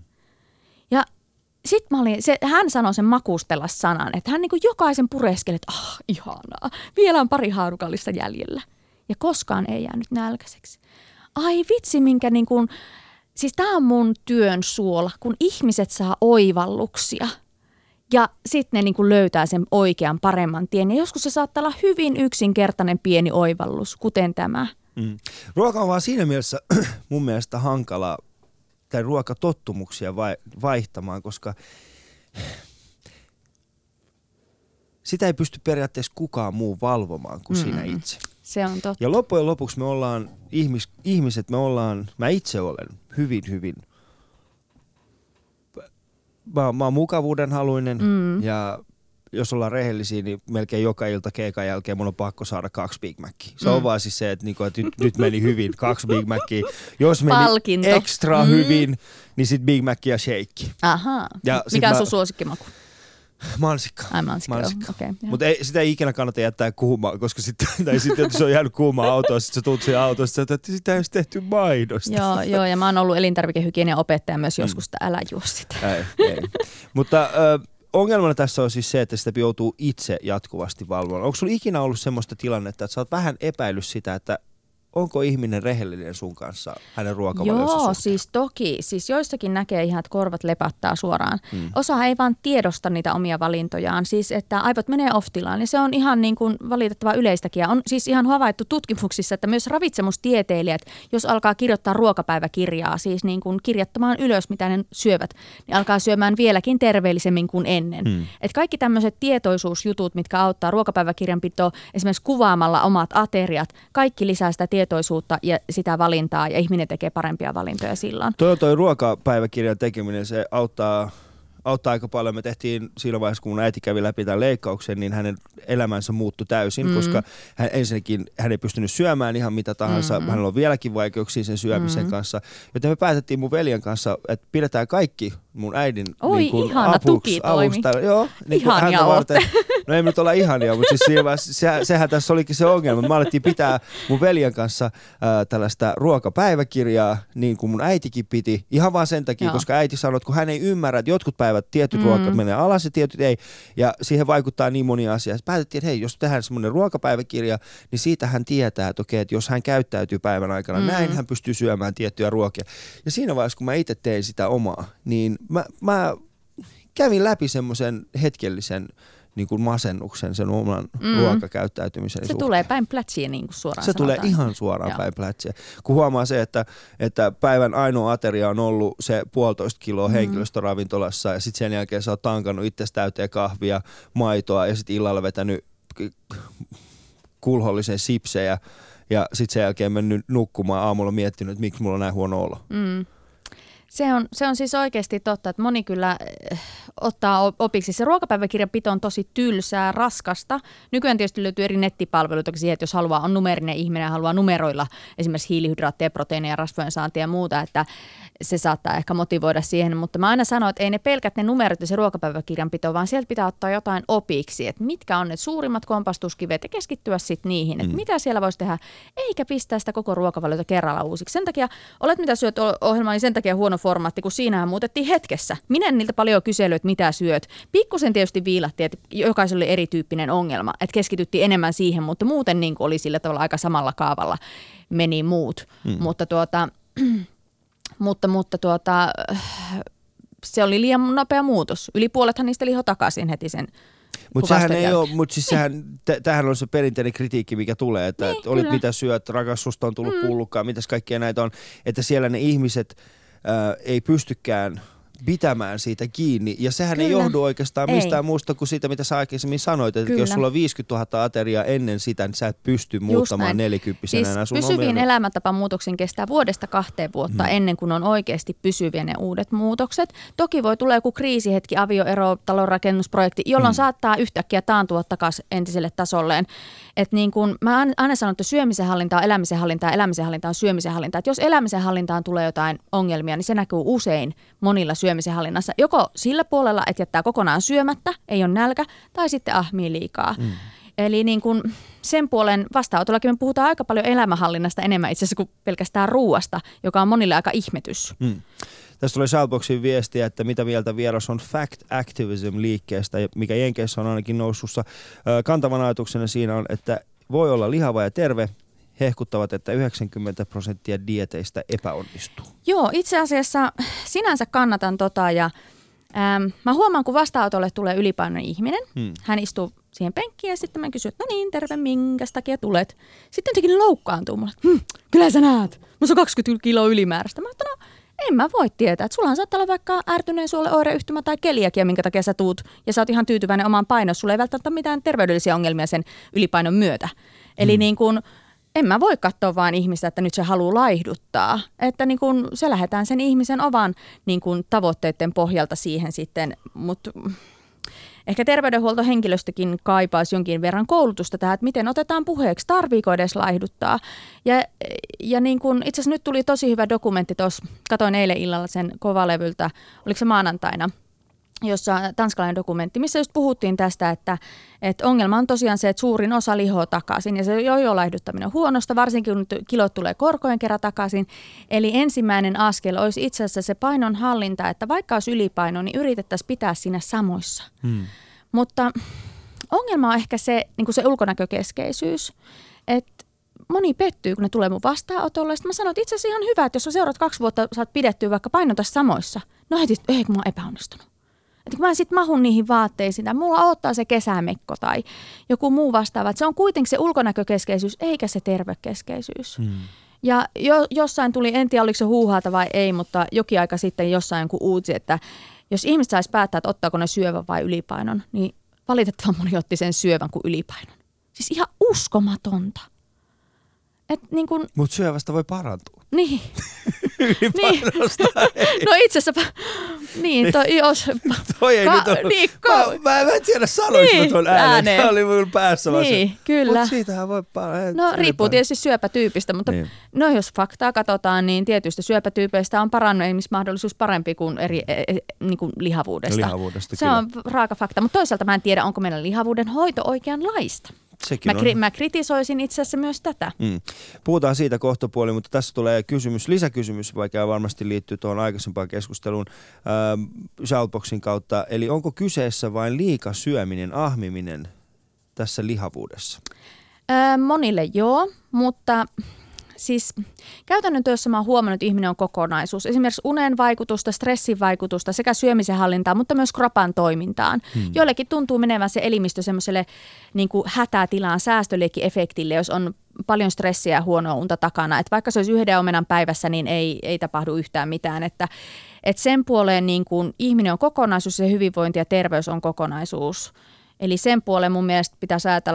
S1: Ja sitten hän sanoi sen makustella sanan, että hän niin kuin jokaisen pureskeli, että ihanaa, vielä on pari haarukallista jäljellä. Ja koskaan ei jäänyt nälkäiseksi. Ai vitsi, minkä niin kuin, siis tämä on mun työn suola, kun ihmiset saa oivalluksia. Ja sitten ne niin kuin löytää sen oikean paremman tien. Ja joskus se saattaa olla hyvin yksinkertainen pieni oivallus, kuten tämä.
S3: Ruoka on vaan siinä mielessä mun mielestä hankalaa tai ruokatottumuksia vaihtamaan, koska sitä ei pysty periaatteessa kukaan muu valvomaan kuin sinä itse.
S1: Se on totta.
S3: Ja loppujen lopuksi me ollaan ihmiset, mä itse olen hyvin, mä oon mukavuudenhaluinen ja jos ollaan rehellisiä, niin melkein joka ilta keikan jälkeen mun on pakko saada 2 Big Mackia. Se on vaan siis se, että nyt meni hyvin, 2 Big Mackia. Jos meni
S1: palkinto.
S3: Extra hyvin, niin sit Big Mac ja shake.
S1: Ahaa. Mikä on sun suosikkimaku?
S3: Mansikka.
S1: Ai mansikka. Okay,
S3: mutta sitä ei ikinä kannata jättää kuumaan, koska sitten jos se on jäänyt kuumaan autoon, sitten sä tulet siihen autoon, että sitä ei olisi tehty maidosta.
S1: Joo, ja mä oon ollut elintarvikehygienian opettaja myös joskus, että älä juo sitä.
S3: Ei. Mutta ongelmana tässä on siis se, että sitä joutuu itse jatkuvasti valvomaan. Onko sulla ikinä ollut semmoista tilannetta, että sä oot vähän epäillyt sitä, että onko ihminen rehellinen sun kanssa hänen ruokavalionsa suhteen?
S1: Siis toki. Siis joissakin näkee ihan, että korvat lepattaa suoraan. Osa ei vaan tiedosta niitä omia valintojaan. Siis että aivot menee off-tilaan ja se on ihan niin kuin valitettava yleistäkin. Ja on siis ihan havaittu tutkimuksissa, että myös ravitsemustieteilijät, jos alkaa kirjoittaa ruokapäiväkirjaa, siis niin kuin kirjoittamaan ylös, mitä ne syövät, niin alkaa syömään vieläkin terveellisemmin kuin ennen. Että kaikki tämmöiset tietoisuusjutut, mitkä auttaa ruokapääväkirjanpitoa, esimerkiksi kuvaamalla omat ateriat, kaikki lisää sitä tietoisuutta ja sitä valintaa ja ihminen tekee parempia valintoja silloin.
S3: Toi ruokapäiväkirjan tekeminen, se auttaa aika paljon. Me tehtiin siinä vaiheessa, kun mun äiti kävi läpi tämän leikkauksen, niin hänen elämänsä muuttui täysin, koska hän ei pystynyt syömään ihan mitä tahansa. Hänellä on vieläkin vaikeuksia sen syömisen kanssa. Joten me päätettiin mun veljen kanssa, että pidetään kaikki mun äidin niin kuin
S1: ihana tukitoimi.
S3: Joo, niin kuin häntä varten. No ei nyt olla ihania, mutta siis sehän tässä olikin se ongelma. Me alettiin pitää mun veljen kanssa tällaista ruokapäiväkirjaa, niin kuin mun äitikin piti. Ihan vaan sen takia, koska äiti sanoi, että kun hän ei ymmärrä, että jotkut päivät tietyt ruokat menee alas ja tietyt ei. Ja siihen vaikuttaa niin moni asia. Päätettiin, että hei, jos tehdään semmoinen ruokapäiväkirja, niin siitä hän tietää, että okei, että jos hän käyttäytyy päivän aikana näin, hän pystyy syömään tiettyjä ruokia. Ja siinä vaiheessa, kun mä itse tein sitä omaa, niin mä kävin läpi semmoisen hetkellisen niin kuin masennuksen sen oman ruokakäyttäytymisen suhteen.
S1: Tulee päin plätsiä niin kuin suoraan
S3: se
S1: sanotaan.
S3: Tulee ihan suoraan päin plätsiä. Kun huomaa se, että päivän ainoa ateria on ollut se 1,5 kiloa henkilöstöravintolassa ja sitten sen jälkeen sä oot tankannut itsestä täyteen kahvia, maitoa ja sitten illalla vetänyt kulhollisen sipsejä ja sitten sen jälkeen mennyt nukkumaan aamulla miettinyt, että miksi mulla on näin huono olo.
S1: Se on siis oikeasti totta, että moni kyllä ottaa opiksi. Se ruokapäiväkirjanpito on tosi tylsää, raskasta. Nykyään tietysti löytyy eri nettipalveluita siihen, että jos on numerinen ihminen ja haluaa numeroilla esimerkiksi hiilihydraatteja, proteiineja, rasvojen saantia ja muuta, että se saattaa ehkä motivoida siihen. Mutta mä aina sanon, että ei ne pelkät ne numerot ja se ruokapäiväkirjanpito, vaan sieltä pitää ottaa jotain opiksi, että mitkä on ne suurimmat kompastuskivet ja keskittyä sitten niihin, että mitä siellä voisi tehdä, eikä pistää sitä koko ruokavaliota kerralla uusiksi. Sen takia, olet mitä syöt ohjelma, niin sen takia huono formaatti, kun siinähän muutettiin hetkessä. Minä en niiltä paljon kysely, että mitä syöt. Pikkusen tietysti viilattiin, että jokaisella oli erityyppinen ongelma, että keskityttiin enemmän siihen, mutta muuten niin kuin oli sillä tavalla aika samalla kaavalla meni muut. Mutta se oli liian nopea muutos. Yli puolethan niistä liho takaisin heti sen.
S3: Mutta sehän ei ole, mutta siis tämähän on se perinteinen kritiikki, mikä tulee, että
S1: niin,
S3: olit
S1: kyllä.
S3: mitä syöt, rakas, susta on tullut pullukkaa, mitäs kaikkea näitä on, että siellä ne ihmiset ei pystykään pitämään siitä kiinni. Ja sehän
S1: Kyllä.
S3: ei johdu oikeastaan mistään muusta kuin siitä, mitä sä aikaisemmin sanoit. Että jos sulla on 50 000 ateriaa ennen sitä, niin sä et pysty muuttamaan 40-vuotiaana
S1: siis
S3: enää sun
S1: pysyvien elämäntapamuutoksen kestää 1-2 vuotta ennen kuin on oikeasti pysyviä ne uudet muutokset. Toki voi tulla joku kriisihetki, avioero, talonrakennusprojekti, jolloin saattaa yhtäkkiä taantua takaisin entiselle tasolleen. Et niin kun, mä aina sanon, että syömisen hallinta on elämisen hallinta ja elämisen hallinta on syömisen hallinta. Et jos elämisen hallintaan tulee jotain ongelmia, niin se näkyy usein monilla syömisen hallinnassa. Joko sillä puolella, että jättää kokonaan syömättä, ei ole nälkä, tai sitten ahmii liikaa. Eli niin kun sen puolen vastaanotollakin me puhutaan aika paljon elämänhallinnasta enemmän itse asiassa kuin pelkästään ruuasta, joka on monille aika ihmetys.
S3: Tässä tulee Shoutboxin viestiä, että mitä mieltä vieras on fact activism-liikkeestä, mikä Jenkeissä on ainakin nousussa. Kantavana ajatuksena siinä on, että voi olla lihava ja terve. Hehkuttavat, että 90% dieteistä epäonnistuu.
S1: Joo, itse asiassa sinänsä kannatan ja mä huomaan, kun vastaanotolle tulee ylipainoinen ihminen. Hän istuu siihen penkkiin ja sitten mä kysyn, että no niin, terve, minkäs takia tulet? Sitten jotenkin loukkaantuu mulle, kyllä sä näet, musta on 20 kiloa ylimääräistä. Mä ajattelin, no en mä voi tietää, että sullahan saattaa olla vaikka ärtyneen suolen oireyhtymä tai keliakia, minkä takia sä tuut ja sä oot ihan tyytyväinen omaan painoon. Sulla ei välttämättä mitään terveydellisiä ongelmia sen ylipainon myötä. Eli niin kuin en mä voi katsoa vaan ihmistä, että nyt se haluaa laihduttaa. Että niin kun se lähdetään sen ihmisen oman niin kun tavoitteiden pohjalta siihen sitten, mutta ehkä terveydenhuoltohenkilöstökin kaipaisi jonkin verran koulutusta tähän, että miten otetaan puheeksi, tarviiko edes laihduttaa. Ja niin kun, itse asiassa nyt tuli tosi hyvä dokumentti tuossa, katoin eilen illalla sen Kovalevyltä, oliko se maanantaina, jossa tanskalainen dokumentti, missä just puhuttiin tästä, että ongelma on tosiaan se, että suurin osa lihoo takaisin ja se jo-jo-laihduttaminen on huonosta, varsinkin kun kilot tulee korkojen kerran takaisin. Eli ensimmäinen askel olisi itse asiassa se painon hallinta, että vaikka olisi ylipaino, niin yritettäisiin pitää siinä samoissa. Mutta ongelma on ehkä se, niin kuin se ulkonäkökeskeisyys, että moni pettyy, kun ne tulee mun vastaanotolle. Sitten mä sanon, että itse asiassa ihan hyvä, että jos on seuraat 2 vuotta, saat pidettyä vaikka painota samoissa. No heti, ei kun mä oon epäonnistunut. Että kun mä sitten mahun niihin vaatteisiin, tai mulla odottaa se kesämekko tai joku muu vastaava. Että se on kuitenkin se ulkonäkökeskeisyys, eikä se tervekeskeisyys. Ja jossain tuli, en tiedä oliko se huuhaata vai ei, mutta jokin aika sitten jossain joku uutisi, että jos ihmiset saisi päättää, että ottaako ne syövän vai ylipainon, niin valitettavan moni otti sen syövän kuin ylipainon. Siis ihan uskomatonta. Niin kun
S3: Mutta syövästä voi parantua.
S1: Niin.
S3: Ylipainosta.
S1: No itse asiassa, niin, jos...
S3: Toi ei nyt ollut. Mä en tiedä sanoinko mä tuon ääneen. Tämä oli mun päässä vaan
S1: niin, kyllä.
S3: Mutta siitähän voi parantua.
S1: No riippuu tietysti syöpätyypistä, mutta no jos faktaa katsotaan, niin tietysti syöpätyypeistä on parannemismahdollisuus parempi kuin eri niin kuin lihavuudesta. Se
S3: kyllä.
S1: on raaka fakta, mutta toisaalta mä en tiedä, onko meillä lihavuuden hoito oikeanlaista. Mä kritisoisin itse asiassa myös tätä.
S3: Puhutaan siitä kohtapuoliin, mutta tässä tulee lisäkysymys, vaikka varmasti liittyy tuohon aikaisempaan keskusteluun Shoutboxin kautta. Eli onko kyseessä vain liikasyöminen, ahmiminen tässä lihavuudessa?
S1: Monille joo, mutta siis käytännön työssä mä oon huomannut, että ihminen on kokonaisuus. Esimerkiksi unen vaikutusta, stressin vaikutusta sekä syömisen hallintaan, mutta myös kropan toimintaan. Joillekin tuntuu menevän se elimistö semmoiselle niin kuin hätätilaan, säästöliekki-efektille, jos on paljon stressiä ja huonoa unta takana. Että vaikka se olisi 1 omenan päivässä, niin ei tapahdu yhtään mitään. Että sen puoleen niin kuin ihminen on kokonaisuus ja hyvinvointi ja terveys on kokonaisuus. Eli sen puoleen mun mielestä pitäisi ajatella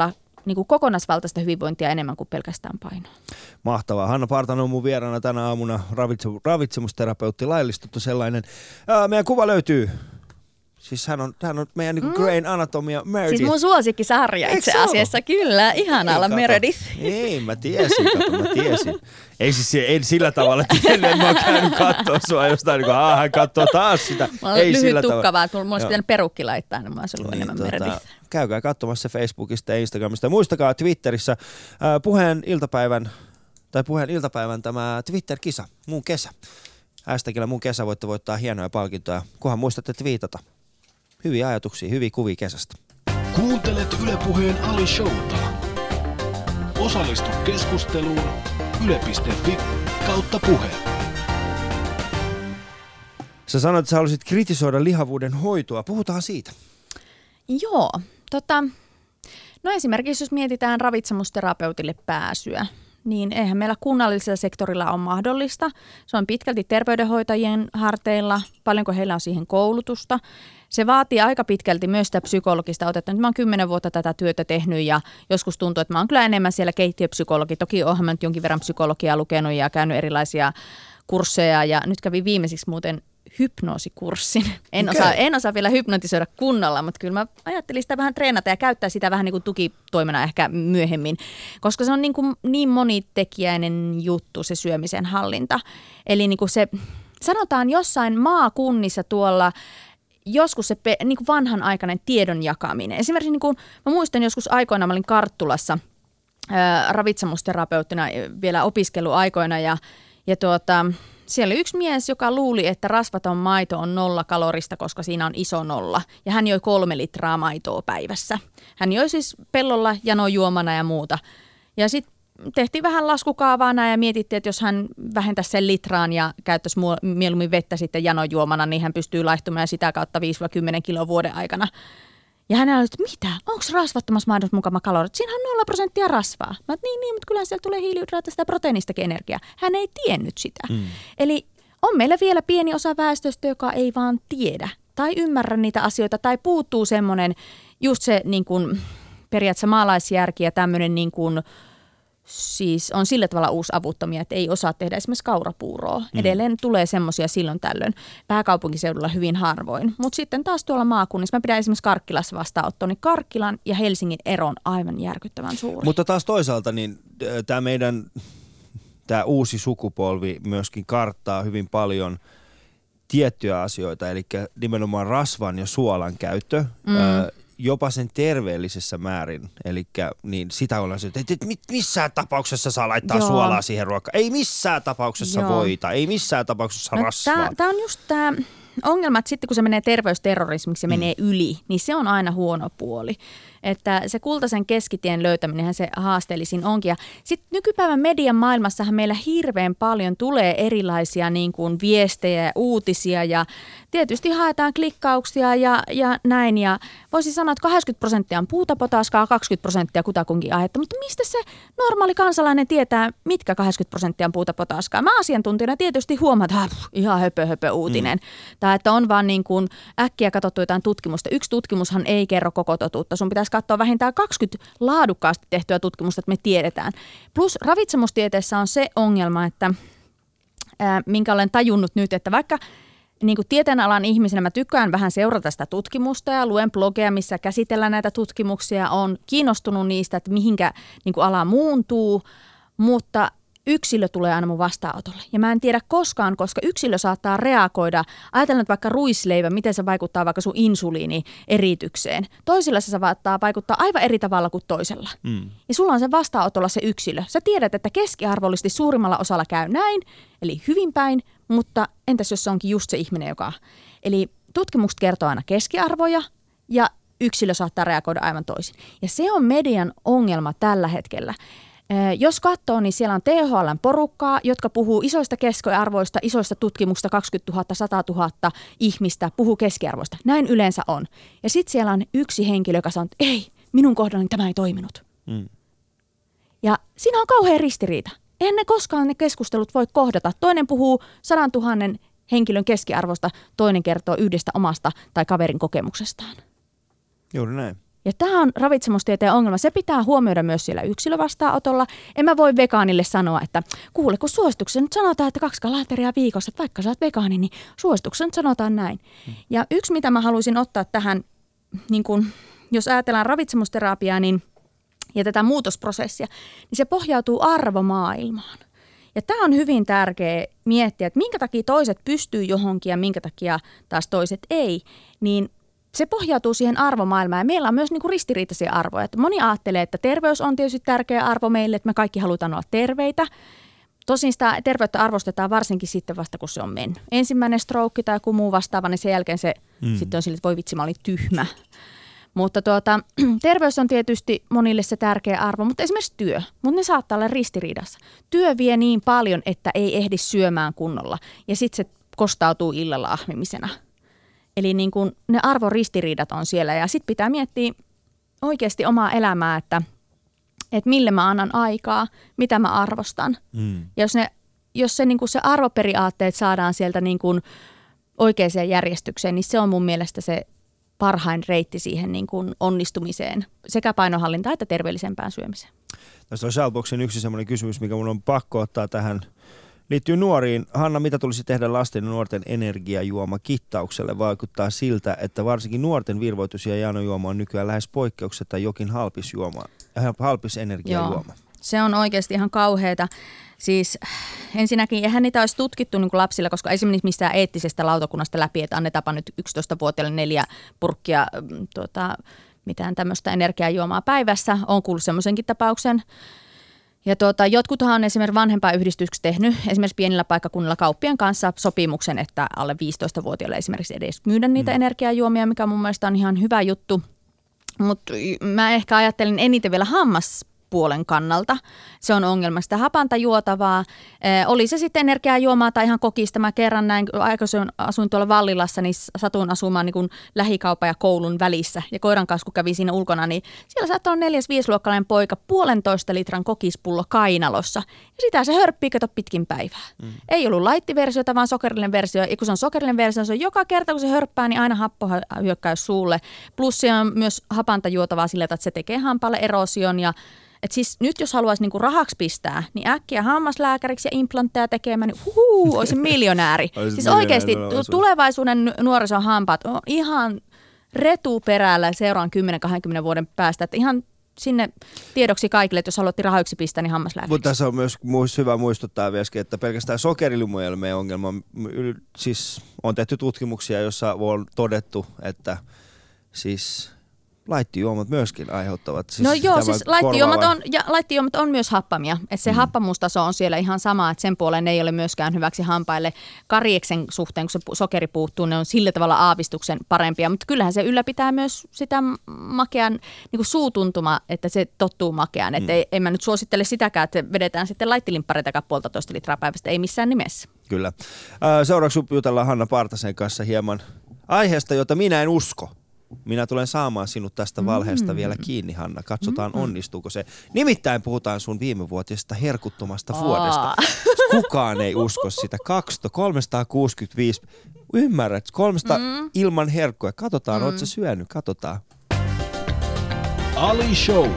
S1: niin kuin kokonaisvaltaista hyvinvointia enemmän kuin pelkästään painoa.
S3: Mahtavaa. Hanna Partanen on mun vieraana tänä aamuna, ravitsemusterapeutti, laillistettu sellainen. Meidän kuva löytyy. Siis hän on meidän niin Grain Anatomia Meredith.
S1: Siis mun suosikkisarja itse asiassa, kyllä. Ihana olla Meredith.
S3: Ei, mä tiesin. Ei sillä tavalla tiennyt, että mä oon käynyt katsoa sua jostain, niin kuin hän katsoo taas sitä.
S1: Mä oon lyhyt tukka vaan, kun mulla olisi pitänyt perukki laittaa, niin mä olisin ollut enemmän Meredith.
S3: Käykää katsomassa Facebookista ja Instagramista. Muistakaa Twitterissä Puheen iltapäivän tämä Twitter-kisa, Mun kesä. Hashtagillä Mun kesä voitte voittaa hienoja palkintoja, kunhan muistatte twiitata. Hyviä ajatuksia, hyviä kuvia kesästä.
S2: Kuuntelet Yle Puheen Ali Showta. Osallistu keskusteluun yle.fi/puhe.
S3: Sä sanoit, että sä haluaisit kritisoida lihavuuden hoitoa. Puhutaan siitä.
S1: Joo, no esimerkiksi jos mietitään ravitsemusterapeutille pääsyä, niin eihän meillä kunnallisella sektorilla ole mahdollista. Se on pitkälti terveydenhoitajien harteilla, paljonko heillä on siihen koulutusta. Se vaatii aika pitkälti myös sitä psykologista otetta. Nyt mä oon 10 vuotta tätä työtä tehnyt ja joskus tuntuu, että mä oon kyllä enemmän siellä keittiöpsykologi. Toki oonhan mä nyt jonkin verran psykologiaa lukenut ja käynyt erilaisia kursseja ja nyt kävin viimeisiksi muuten hypnoosikurssin. En osaa vielä hypnotisoida kunnolla, mutta kyllä mä ajattelin sitä vähän treenata ja käyttää sitä vähän niin kuin tukitoimena ehkä myöhemmin, koska se on niin monitekijäinen juttu se syömisen hallinta. Eli niin kuin se, sanotaan jossain maakunnissa tuolla, joskus se niin kuin vanhanaikainen tiedon jakaminen. Esimerkiksi niin kuin, mä muistan joskus aikoina, mä olin Karttulassa ravitsemusterapeuttina vielä opiskeluaikoina ja siellä oli yksi mies, joka luuli, että rasvaton maito on 0 kalorista, koska siinä on iso 0. Ja hän joi 3 litraa maitoa päivässä. Hän joi siis pellolla janojuomana ja muuta. Ja sitten tehtiin vähän laskukaavaa ja mietittiin, että jos hän vähentäisi sen litraan ja käyttäisi mieluummin vettä sitten janojuomana, niin hän pystyy laihtumaan sitä kautta 5-10 kiloa vuoden aikana. Ja hänellä oli, että mitä? Onko rasvattomassa maidossa mukana kalorit? Siinä on 0% rasvaa. Mä niin, mutta kyllä sieltä tulee hiilihydraatista ja proteiinistakin energiaa. Hän ei tiennyt sitä. Eli on meillä vielä pieni osa väestöstä, joka ei vaan tiedä tai ymmärrä niitä asioita tai puuttuu semmoinen just se niin kuin, periaatteessa maalaisjärki ja tämmöinen niin kuin, siis on sillä tavalla uusavuttomia, että ei osaa tehdä esimerkiksi kaurapuuroa. Edelleen tulee semmoisia silloin tällöin pääkaupunkiseudulla hyvin harvoin. Mutta sitten taas tuolla maakunnissa, mä pidän esimerkiksi Karkkilassa vastaanottoa, niin Karkkilan ja Helsingin ero on aivan järkyttävän suuri.
S3: Mutta taas toisaalta niin tämä uusi sukupolvi myöskin karttaa hyvin paljon tiettyjä asioita, eli nimenomaan rasvan ja suolan käyttö. Jopa sen terveellisessä määrin, eli niin sitä ollaan se, että missään tapauksessa saa laittaa suolaa siihen ruokaan, ei missään tapauksessa voita, ei missään tapauksessa rasvaa.
S1: Tämä on just tämä ongelma, että sitten kun se menee terveysterrorismiksi, se menee yli, niin se on aina huono puoli. Että se kultaisen keskitien löytäminenhän se haasteellisin onkin. Ja sitten nykypäivän median maailmassahan meillä hirveän paljon tulee erilaisia niin kuin viestejä ja uutisia ja tietysti haetaan klikkauksia ja näin. Ja voisin sanoa, että 80% on puutapotaskaa, 20% kutakunkin aihetta. Mutta mistä se normaali kansalainen tietää, mitkä 80% on puutapotaskaa? Mä asiantuntijana tietysti huomaan, että ihan höpö uutinen. Tai että on vaan niin kuin äkkiä katsottu jotain tutkimusta. Yksi tutkimushan ei kerro koko totuutta. Sun pitäisi katsoa vähintään 20 laadukkaasti tehtyä tutkimusta, että me tiedetään. Plus ravitsemustieteessä on se ongelma, että minkä olen tajunnut nyt, että vaikka niin kuin tieteenalan ihmisenä mä tykkään vähän seurata sitä tutkimusta ja luen blogeja, missä käsitellään näitä tutkimuksia, on kiinnostunut niistä, että mihinkä niin kuin ala muuntuu, mutta yksilö tulee aina mun vastaanotolle. Ja mä en tiedä koskaan, koska yksilö saattaa reagoida. Ajatellaan nyt vaikka ruisleivä, miten se vaikuttaa vaikka sun insuliini-eritykseen. Toisilla se saattaa vaikuttaa aivan eri tavalla kuin toisella. Ja sulla on se vastaanotolla se yksilö. Sä tiedät, että keskiarvollisesti suurimmalla osalla käy näin, eli hyvin päin, mutta entäs jos se onkin just se ihminen, joka... Eli tutkimukset kertoo aina keskiarvoja ja yksilö saattaa reagoida aivan toisin. Ja se on median ongelma tällä hetkellä. Jos katsoo, niin siellä on THL:n porukkaa, jotka puhuu isoista keskiarvoista, isoista tutkimuksista, 20 000, 100 000 ihmistä puhuu keskiarvoista. Näin yleensä on. Ja sitten siellä on yksi henkilö, joka sanoo, että ei, minun kohdallani tämä ei toiminut. Ja siinä on kauhean ristiriita. Eihän ne koskaan ne keskustelut voi kohdata. Toinen puhuu 100 000 henkilön keskiarvosta, toinen kertoo yhdestä omasta tai kaverin kokemuksestaan.
S3: Juuri näin.
S1: Ja tämä on ravitsemustieteen ongelma. Se pitää huomioida myös siellä yksilövastaanotolla. En mä voi vegaanille sanoa, että kuule, kun suosituksessa nyt sanotaan, että 2 ateriaa viikossa, että vaikka sä oot vegaani, niin suosituksessa nyt sanotaan näin. Ja yksi, mitä mä haluaisin ottaa tähän, niin kun, jos ajatellaan ravitsemusterapiaa ja tätä muutosprosessia, niin se pohjautuu arvomaailmaan. Ja tämä on hyvin tärkeä miettiä, että minkä takia toiset pystyy johonkin ja minkä takia taas toiset ei, niin se pohjautuu siihen arvomaailmaan. Ja meillä on myös niinku ristiriitaisia arvoja. Että moni ajattelee, että terveys on tietysti tärkeä arvo meille, että me kaikki halutaan olla terveitä. Tosin sitä terveyttä arvostetaan varsinkin sitten vasta, kun se on mennyt. Ensimmäinen stroke tai joku muu vastaava, niin sen jälkeen se sitten on sille, että voi vitsi, mä olin tyhmä. Mutta terveys on tietysti monille se tärkeä arvo, mutta esimerkiksi työ. Mutta ne saattaa olla ristiriidassa. Työ vie niin paljon, että ei ehdi syömään kunnolla ja sitten se kostautuu illalla ahmimisena. Eli niin kun ne arvoristiriidat on siellä ja sitten pitää miettiä oikeasti omaa elämää, että mille mä annan aikaa, mitä mä arvostan. Ja jos se, niin kun se arvoperiaatteet saadaan sieltä niin kun oikeaan järjestykseen, niin se on mun mielestä se parhain reitti siihen niin kuin onnistumiseen, sekä painonhallintaan että terveellisempään syömiseen.
S3: Tässä on Shoutboxin yksi sellainen kysymys, mikä mun on pakko ottaa tähän. Liittyy nuoriin. Hanna, mitä tulisi tehdä lasten ja nuorten energiajuomakittaukselle? Vaikuttaa siltä, että varsinkin nuorten virvoitus- ja janojuoma on nykyään lähes poikkeuksetta jokin halpis energiajuoma.
S1: Joo, se on oikeasti ihan kauheata. Siis ensinnäkin eihän niitä olisi tutkittu niin kuin lapsilla, koska ei se menisi mistään eettisestä lautakunnasta läpi, että annetaanpa nyt 11-vuotiaille 4 purkkia mitään tämmöistä energiajuomaa päivässä. Olen kuullut semmoisenkin tapauksen. Ja jotkuthan on esimerkiksi vanhempaiyhdistykseksi tehnyt esimerkiksi pienillä paikkakunnilla kauppien kanssa sopimuksen, että alle 15-vuotiaille esimerkiksi edes myydä niitä energiajuomia, mikä mun mielestä on ihan hyvä juttu. Mutta mä ehkä ajattelin eniten vielä hammaspuolen kannalta. Se on ongelma. Sitä hapanta juotavaa. Oli se sitten energiajuomaa tai ihan kokista. Mä kerran näin, aikaisemmin asuin tuolla Vallilassa, niin satuin asumaan niin kuin lähikaupan ja koulun välissä. Ja koiran kanssa, kun kävin siinä ulkona, niin siellä saattoi olla 4-5-luokkalainen poika 1,5 litran kokispullo kainalossa. Ja sitä se hörppii, kato pitkin päivää. Ei ollut laittiversiota, vaan sokerillinen versio. Ja kun se on sokerillinen versio, se on joka kerta, kun se hörppää, niin aina happo hyökkäys suulle. Plus se on myös hapanta juotavaa sillä, että se tekee hampaalle erosion ja et siis nyt jos haluaisi niinku rahaksi pistää, niin äkkiä hammaslääkäriksi ja implantteja tekemään, niin olisin miljonääri. Siis oikeasti tulevaisuuden nuorison hampaat on ihan retuperällä seuraan 10-20 vuoden päästä. Että ihan sinne tiedoksi kaikille, että jos haluatte rahoiksi pistää, niin hammaslääkäriksi.
S3: Mutta tässä on myös hyvä muistuttaa myöskin, että pelkästään sokerilumujelmien ongelma, siis on tehty tutkimuksia, joissa on todettu, että siis laittijuomat myöskin aiheuttavat.
S1: Siis laittijuomat on myös happamia. Että se happamuustaso on siellä ihan sama, että sen puoleen ei ole myöskään hyväksi hampaille. Karieksen suhteen, kun se sokeri puuttuu, ne on sillä tavalla aavistuksen parempia. Mutta kyllähän se ylläpitää myös sitä makean niin kuin suutuntuma, että se tottuu makeaan. Että en mä nyt suosittele sitäkään, että vedetään sitten laittilimppareita 1,5 litraa päivästä, ei missään nimessä.
S3: Kyllä. Seuraavaksi jutellaan Hanna Partasen kanssa hieman aiheesta, jota minä en usko. Minä tulen saamaan sinut tästä valheesta vielä kiinni, Hanna. Katsotaan, onnistuuko se. Nimittäin puhutaan sun viimevuotisesta herkuttomasta vuodesta. Kukaan ei usko sitä. 365. Ymmärrät, 300 ilman herkkuja. Katsotaan, oot sä syönyt? Katsotaan.
S2: Ali Show.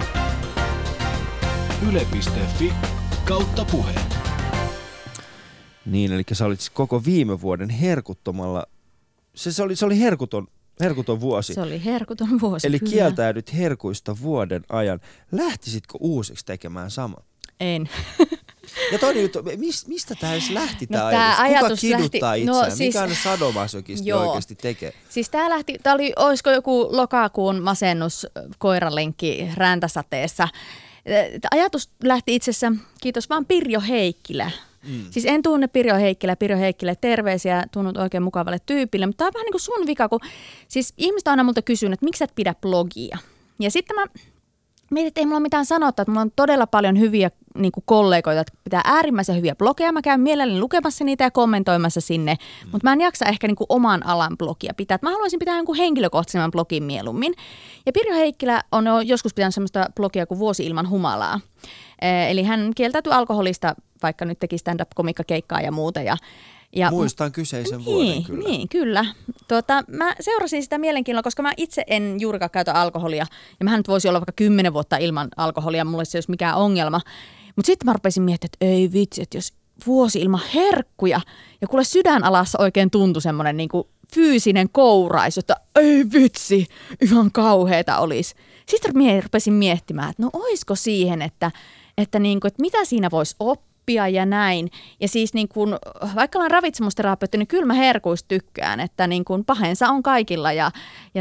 S2: Yle.fi/puhe.
S3: Niin, eli sä olit koko viime vuoden herkuttomalla. Se oli herkuton vuosi.
S1: Se oli herkuton vuosi,
S3: eli
S1: kyllä.
S3: Kieltäydyt herkuista vuoden ajan. Lähtisitkö uusiksi tekemään saman?
S1: En.
S3: Ja toinen juttu, mistä tämä edes lähti tämä
S1: ajatus?
S3: Kuka kiduttaa itseään?
S1: Siis,
S3: mikä on sadomasokisti oikeasti tekee?
S1: Siis tämä oli, olisiko joku lokakuun masennus koiralenkki räntäsateessa. Ajatus lähti itse asiassa, kiitos vaan Pirjo Heikkilä. Siis en tunne Pirjo Heikkilä terveisiä, tunnut oikein mukavalle tyypille, mutta tämä on vähän niin kuin sun vika, kun siis ihmiset on aina multa kysynyt, että miksi sä et pidä blogia. Ja sitten mä mietin, että ei mulla ole mitään sanottaa, että mulla on todella paljon hyviä niin kuin kollegoita, jotka pitää äärimmäisen hyviä blogeja. Mä käyn mielelläni lukemassa niitä ja kommentoimassa sinne, mutta mä en jaksa ehkä niin kuin oman alan blogia pitää. Että mä haluaisin pitää jonkun henkilökohtaisemman blogin mieluummin. Ja Pirjo Heikkilä on joskus pitänyt semmoista blogia kuin Vuosi ilman humalaa. Eli hän kieltäytyi alkoholista, vaikka nyt teki stand-up-komikkakeikkaa ja muuta. Ja
S3: muistan kyseisen vuoden kyllä.
S1: Niin, kyllä. Mä seurasin sitä mielenkiinnolla, koska mä itse en juurikaan käytä alkoholia. Ja mähän nyt voisi olla vaikka 10 vuotta ilman alkoholia, mulle se ei olisi mikään ongelma. Mutta sitten mä rupesin miettimään, että ei vitsi, että jos vuosi ilman herkkuja ja kuule sydänalassa oikein tuntui semmoinen niinku fyysinen kouraisu, että ei vitsi, ihan kauheeta olisi. Sitten rupesin miettimään, että no oisko siihen, että mitä siinä voisi oppia ja näin. Ja siis niin kuin, vaikka olen ravitsemusterapeutti, niin kyllä mä herkuista tykkään, että niin kuin pahensa on kaikilla ja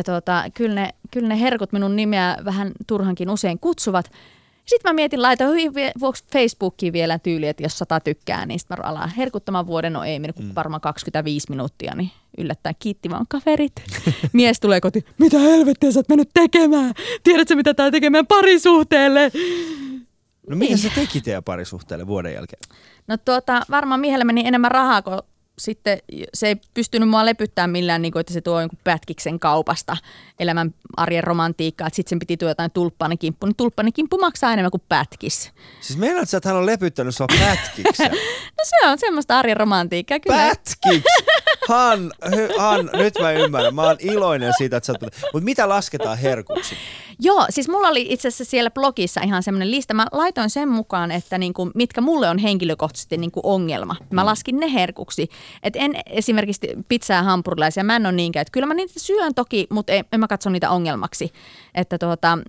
S1: kyllä ne herkut minun nimeä vähän turhankin usein kutsuvat. Sitten mä mietin, laitan Facebookiin vielä tyyli, että jos 100 tykkää, niin sitten mä alan herkuttamaan vuoden. No ei mennyt kuin varmaan 25 minuuttia, niin yllättäen kiitti vaan kaverit. Mies tulee kotiin, mitä helvettiä sä oot mennyt tekemään? Tiedätkö mitä tää tekemään parisuhteelle?
S3: No mitä se teki teidän parisuhteelle vuoden jälkeen?
S1: No varmaan miehelle meni enemmän rahaa, kun sitten se ei pystynyt mua lepyttämään millään, niin kuin, että se tuo jonkun pätkiksen kaupasta elämän arjen romantiikkaa, että sitten sen piti tuoda jotain tulppanikimppu, niin tulppanikimppu maksaa enemmän kuin pätkis.
S3: Siis meinaat sä, että hän on lepyttänyt sua pätkiksen?
S1: No se on semmoista arjen romantiikkaa. Kyllä.
S3: Pätkiksi! Han, nyt mä ymmärrän. Mä oon iloinen siitä, että sä oot... Mutta mitä lasketaan herkuksi?
S1: Joo, siis mulla oli itse asiassa siellä blogissa ihan semmoinen lista. Mä laitoin sen mukaan, että niinku, mitkä mulle on henkilökohtaisesti niinku ongelma. Mä laskin ne herkuksi. Et en esimerkiksi pizzaa ja hampurilaisia, mä en ole niinkään. Et kyllä mä niitä syön toki, mutta en mä katso niitä ongelmaksi. Että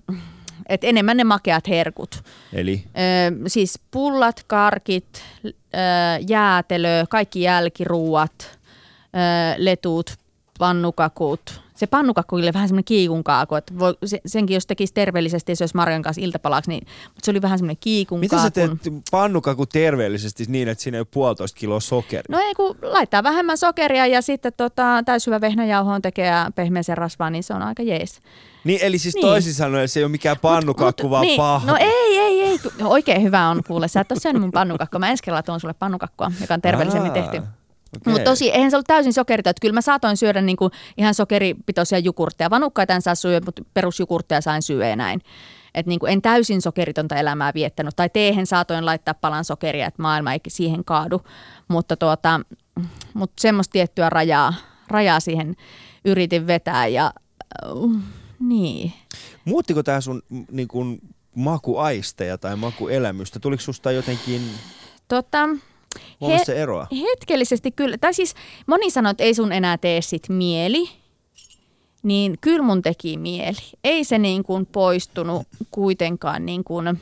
S1: et enemmän ne makeat herkut.
S3: Eli?
S1: Siis pullat, karkit, jäätelö, kaikki jälkiruuat, letut, pannukakut. Se pannukakku oli vähän semmoinen kiikunkaaku, että senkin jos tekisi terveellisesti, se olisi Marjan kanssa iltapalaksi, niin, mutta se oli vähän semmoinen kiikunkaaku.
S3: Miten sä teet pannukakku terveellisesti niin, että siinä ei ole 1,5 kiloa sokeria?
S1: No ei, kun laittaa vähemmän sokeria ja sitten täyshyvä vehnäjauhoon tekee pehmeäsen rasvaa, niin se on aika jees.
S3: Niin, eli siis toisin sanoen se ei ole mikään pannukakku, vaan paha.
S1: No ei. Oikein hyvä on kuule. Sä et ole syönyt mun pannukakkua. Mä ensi kerralla tuon sulle pannukakkua, joka on terveellisemmin tehty. Okay. Mutta tosi, eihän se ollut täysin sokerita. Kyllä mä saatoin syödä niinku ihan sokeripitoisia jogurtteja. Vanukkaita en saa syödä, mutta perusjogurtteja sain syödä ja näin. Että niinku en täysin sokeritonta elämää viettänyt. Tai teehen saatoin laittaa palan sokeria, että maailma ei siihen kaadu. Mutta semmoista tiettyä rajaa siihen yritin vetää ja niin.
S3: Muuttiko tää sun niinku makuaisteja tai makuelämystä? Tuliko susta jotenkin... se eroa?
S1: Hetkellisesti kyllä. Tai siis moni sanoo, että ei sun enää tee sit mieli, niin kyllä mun teki mieli. Ei se niin kuin poistunut kuitenkaan niin kuin...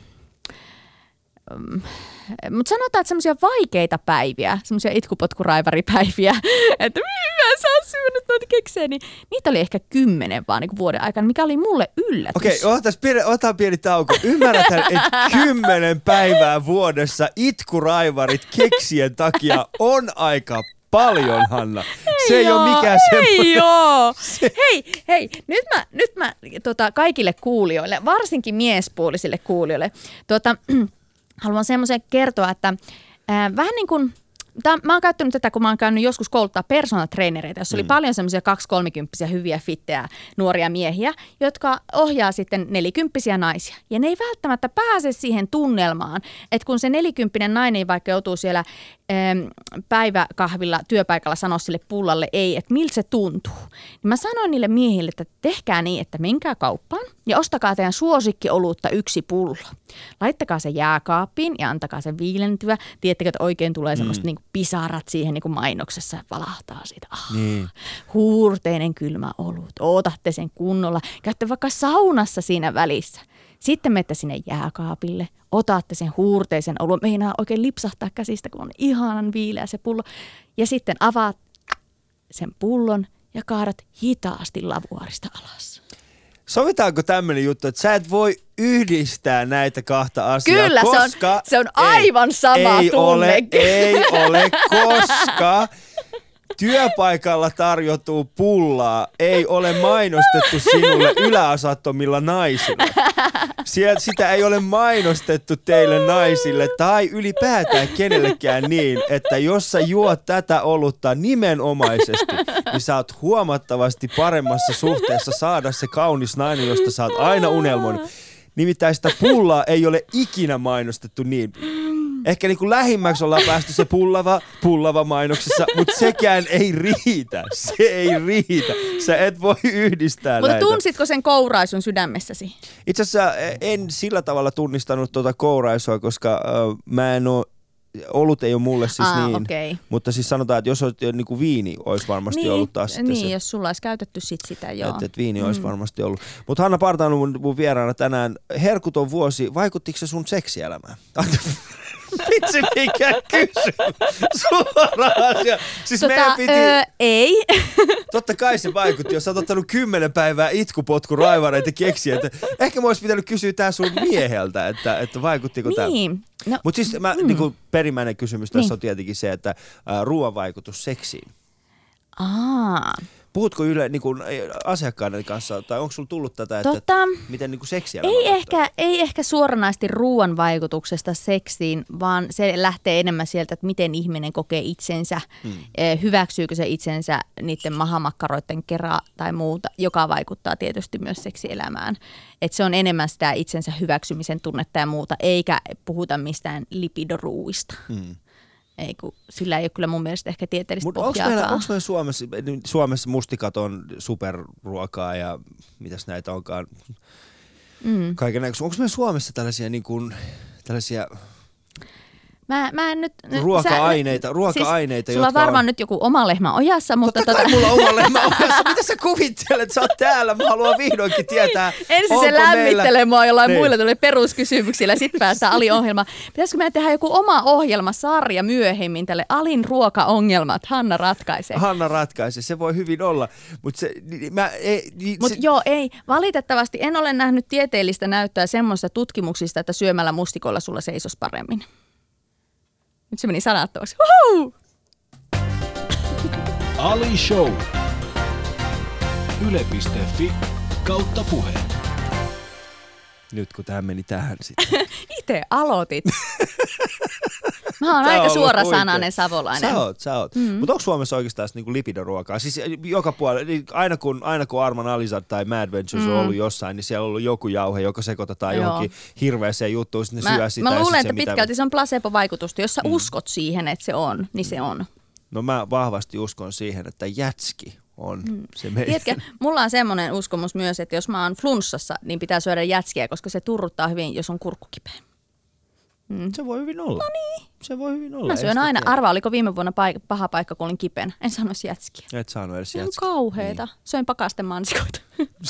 S1: Mutta sanotaan, että semmoisia vaikeita päiviä, semmoisia itkupotkuraivaripäiviä, että mä en saa syödä noita keksejä, niin niitä oli ehkä 10 vaan niin kuin vuoden aikana, mikä oli mulle yllätys.
S3: Okei, otetaan pieni tauko. Ymmärrätään, että 10 päivää vuodessa itkuraivarit keksien takia on aika paljon, Hanna. Se ei ole mikään semmoinen.
S1: Ei joo. Hei, nyt mä kaikille kuulijoille, varsinkin miespuolisille kuulijoille, haluan semmoisen kertoa, että vähän niin kuin, mä oon käyttänyt tätä, kun mä oon käynyt joskus kouluttaa personal trainereita, jossa oli paljon semmoisia 2-30 hyviä fittejä nuoria miehiä, jotka ohjaa sitten 40 naisia. Ja ne ei välttämättä pääse siihen tunnelmaan, että kun se 40 nainen vaikka joutuu siellä päiväkahvilla työpaikalla sanoa sille pullalle ei, että miltä se tuntuu. Niin mä sanoin niille miehille, että tehkää niin, että menkää kauppaan ja ostakaa teidän suosikkiolutta 1 pullo. Laittakaa se jääkaappiin ja antakaa se viilentyä. Tiedättekö, että oikein tulee semmoista niin kuin pisarat siihen niin kuin mainoksessa ja valahtaa siitä. Niin. Huurteinen kylmä olut. Ootatte sen kunnolla. Käytte vaikka saunassa siinä välissä. Sitten menette sinne jääkaapille, otatte sen huurteisen oluen. Meinaa oikein lipsahtaa käsistä, kun on ihanan viileä se pullo. Ja sitten avaat sen pullon ja kaadat hitaasti lavuaarista alas.
S3: Sovitaanko tämmöinen juttu, että sä et voi yhdistää näitä kahta asiaa,
S1: kyllä,
S3: koska...
S1: se on aivan sama tunne.
S3: Ei ole, koska työpaikalla tarjotuu pullaa ei ole mainostettu sinulle yläosattomilla naisilla. Sitä ei ole mainostettu teille naisille tai ylipäätään kenellekään niin, että jos sä juot tätä olutta nimenomaisesti, niin sä oot huomattavasti paremmassa suhteessa saada se kaunis nainen, josta sä oot aina unelmoinut. Nimittäin sitä pullaa ei ole ikinä mainostettu niin. Ehkä niin kuin lähimmäksi ollaan päästy se pullava mainoksessa, mutta sekään ei riitä. Se ei riitä. Sä et voi yhdistää
S1: Mutta
S3: näitä.
S1: tunsitko sen kouraisun sydämessäsi?
S3: Itse asiassa en sillä tavalla tunnistanut tuota kouraisua, koska mä en ole, olut ei ole mulle siis niin.
S1: Okay.
S3: Mutta siis sanotaan, että jos niin kuin viini olisi varmasti ollut taas sitten
S1: niin,
S3: se.
S1: jos sulla olisi käytetty sitä, joo.
S3: Että viini olisi varmasti ollut. Mutta Hanna Partanen on mun vieraana tänään. Herkuton vuosi. Vaikuttiko se sun seksielämään? Vitsi, mikä kysymys. Suoraan asia. Siis meidän piti...
S1: ei.
S3: Totta kai se vaikutti, jos sä oot ottanut 10 päivää itkupotku raivareita keksiä. Että ehkä mä ois pitänyt kysyä tää sun mieheltä, että vaikuttiko tää.
S1: Niin. No,
S3: mutta siis niinku, perimmäinen kysymys tässä on tietenkin se, että ruoan vaikutus seksiin. Puhutko niinku asiakkaiden kanssa, tai onko sulla tullut tätä, että miten niinku seksielämä
S1: ei ehkä suoranaisesti ruoan vaikutuksesta seksiin, vaan se lähtee enemmän sieltä, että miten ihminen kokee itsensä, hyväksyykö se itsensä niiden mahamakkaroiden kera tai muuta, joka vaikuttaa tietysti myös seksielämään. Että se on enemmän sitä itsensä hyväksymisen tunnetta ja muuta, eikä puhuta mistään lipidoruuista. Ei, kun sillä ei ole kyllä mun mielestä ehkä tieteellistä pohjaakaan.
S3: Onko meillä Suomessa mustikat on superruokaa ja mitäs näitä onkaan? Kaikennäköistä. Onko meillä Suomessa tällaisia niin kuin,
S1: Mä en nyt...
S3: Ruoka-aineita,
S1: siis, sulla on varmaan nyt joku oma lehmä ojassa, mutta...
S3: Totta kai mulla on oma lehmä ojassa. Mitä sä kuvittelet? Sä oot täällä. Mä haluan vihdoinkin tietää,
S1: ensin se lämmittelee mua jollain muilla tuli peruskysymyksillä, sit päästään Alin-ohjelmaan. Pitäisikö meidän tehdä joku oma ohjelmasarja myöhemmin tälle Alin ruokaongelmat? Hanna ratkaisee. Se voi hyvin olla. Mutta ei. Valitettavasti en ole nähnyt tieteellistä näyttöä semmoisista tutkimuksista, että syömällä mustikolla sulla seisoisi paremmin. Nyt se meni sanattomaksi.
S2: Ali Show. Yle.fi/puhe.
S3: Nyt kun tää meni tähän sitten.
S1: Itse aloitit. Mä oon aika suorasanainen savolainen.
S3: Sä oot. Mutta onko Suomessa oikeastaan niinku lipidoruokaa? Siis joka puolella, niin aina kun Arman Alizard tai Mad Ventures on ollut jossain, niin siellä on ollut joku jauhe, joka sekoitetaan johonkin hirveäseen juttuun, sitten ne syö sitä.
S1: Mä luulen, että pitkälti se on placebo-vaikutusta. Jos sä uskot siihen, että se on, niin se on.
S3: No mä vahvasti uskon siihen, että jätski on se meidän.
S1: Tiedätkö, mulla on semmoinen uskomus myös, että jos mä oon flunssassa, niin pitää syödä jätskiä, koska se turruttaa hyvin, jos on kurkku kipeä.
S3: Se voi hyvin olla.
S1: No niin.
S3: Se voi hyvin olla.
S1: Mä syön aina. Arva, oliko viime vuonna paha paikka, kun olin kipeänä. En saanut jätskiä.
S3: Et saanut edes
S1: jätskiä. Se on kauheeta. Niin. Söin pakasten mansikoita.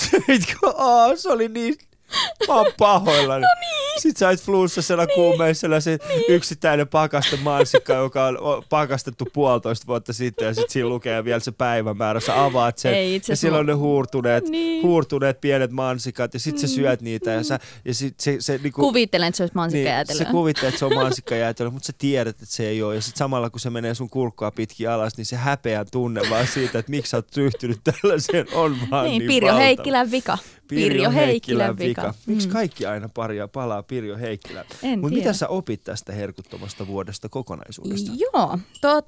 S3: Se oli niin... Mä oon pahoillani.
S1: No niin.
S3: Sitten sä oot flunssasena kuumeisella se yksittäinen pakasten mansikka, joka on pakastettu 1,5 vuotta sitten ja sitten siinä lukee vielä se päivämäärä. Sä avaat sen ja siellä on ne huurtuneet pienet mansikat ja sitten sä syöt niitä ja se niinku,
S1: kuvittelen, että se olisi mansikkajäätelöä.
S3: Se kuvittelee, että se on mansikkajäätelöä, mutta sä tiedät, että se ei ole. Ja sitten samalla kun se menee sun kurkkua pitkin alas, niin se häpeän tunne vaan siitä, että miksi sä oot ryhtynyt tällaiseen on vaan niin
S1: Pirjo Heikkilän vika. Pirjo Heikkilän vika.
S3: Miksi kaikki aina palaa Pirjo Heikkilään? Mutta mitä sä opit tästä herkuttomasta vuodesta kokonaisuudesta?
S1: Joo,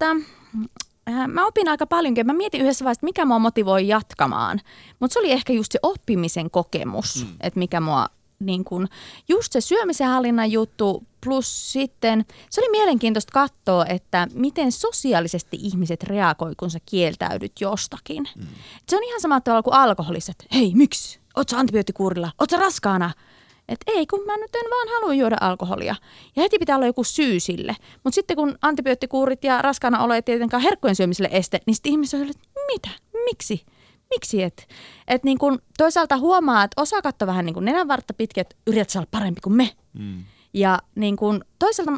S1: mä opin aika paljonkin. Mä mietin yhdessä vaiheessa, mikä mua motivoi jatkamaan. Mutta se oli ehkä just se oppimisen kokemus, että mikä mua niin kun, just se syömisen hallinnan juttu plus sitten se oli mielenkiintoista katsoa, että miten sosiaalisesti ihmiset reagoi, kun sä kieltäydyt jostakin. Se on ihan samalla tavalla kuin alkoholissa, että hei, miksi? Oot sä antibioottikuurilla? Oot sä raskaana? Että ei, kun mä nyt en vaan halua juoda alkoholia. Ja heti pitää olla joku syy sille. Mutta sitten kun antibioottikuurit ja raskaana olo ei tietenkään herkkujen syömiselle este, niin sitten ihmiset on että mitä? Miksi? Miksi et niin kun toisaalta huomaa, että osa katsoo vähän niin kuin nenänvartta pitkin, että yrität olla parempi kuin me. Ja niin kun toisaalta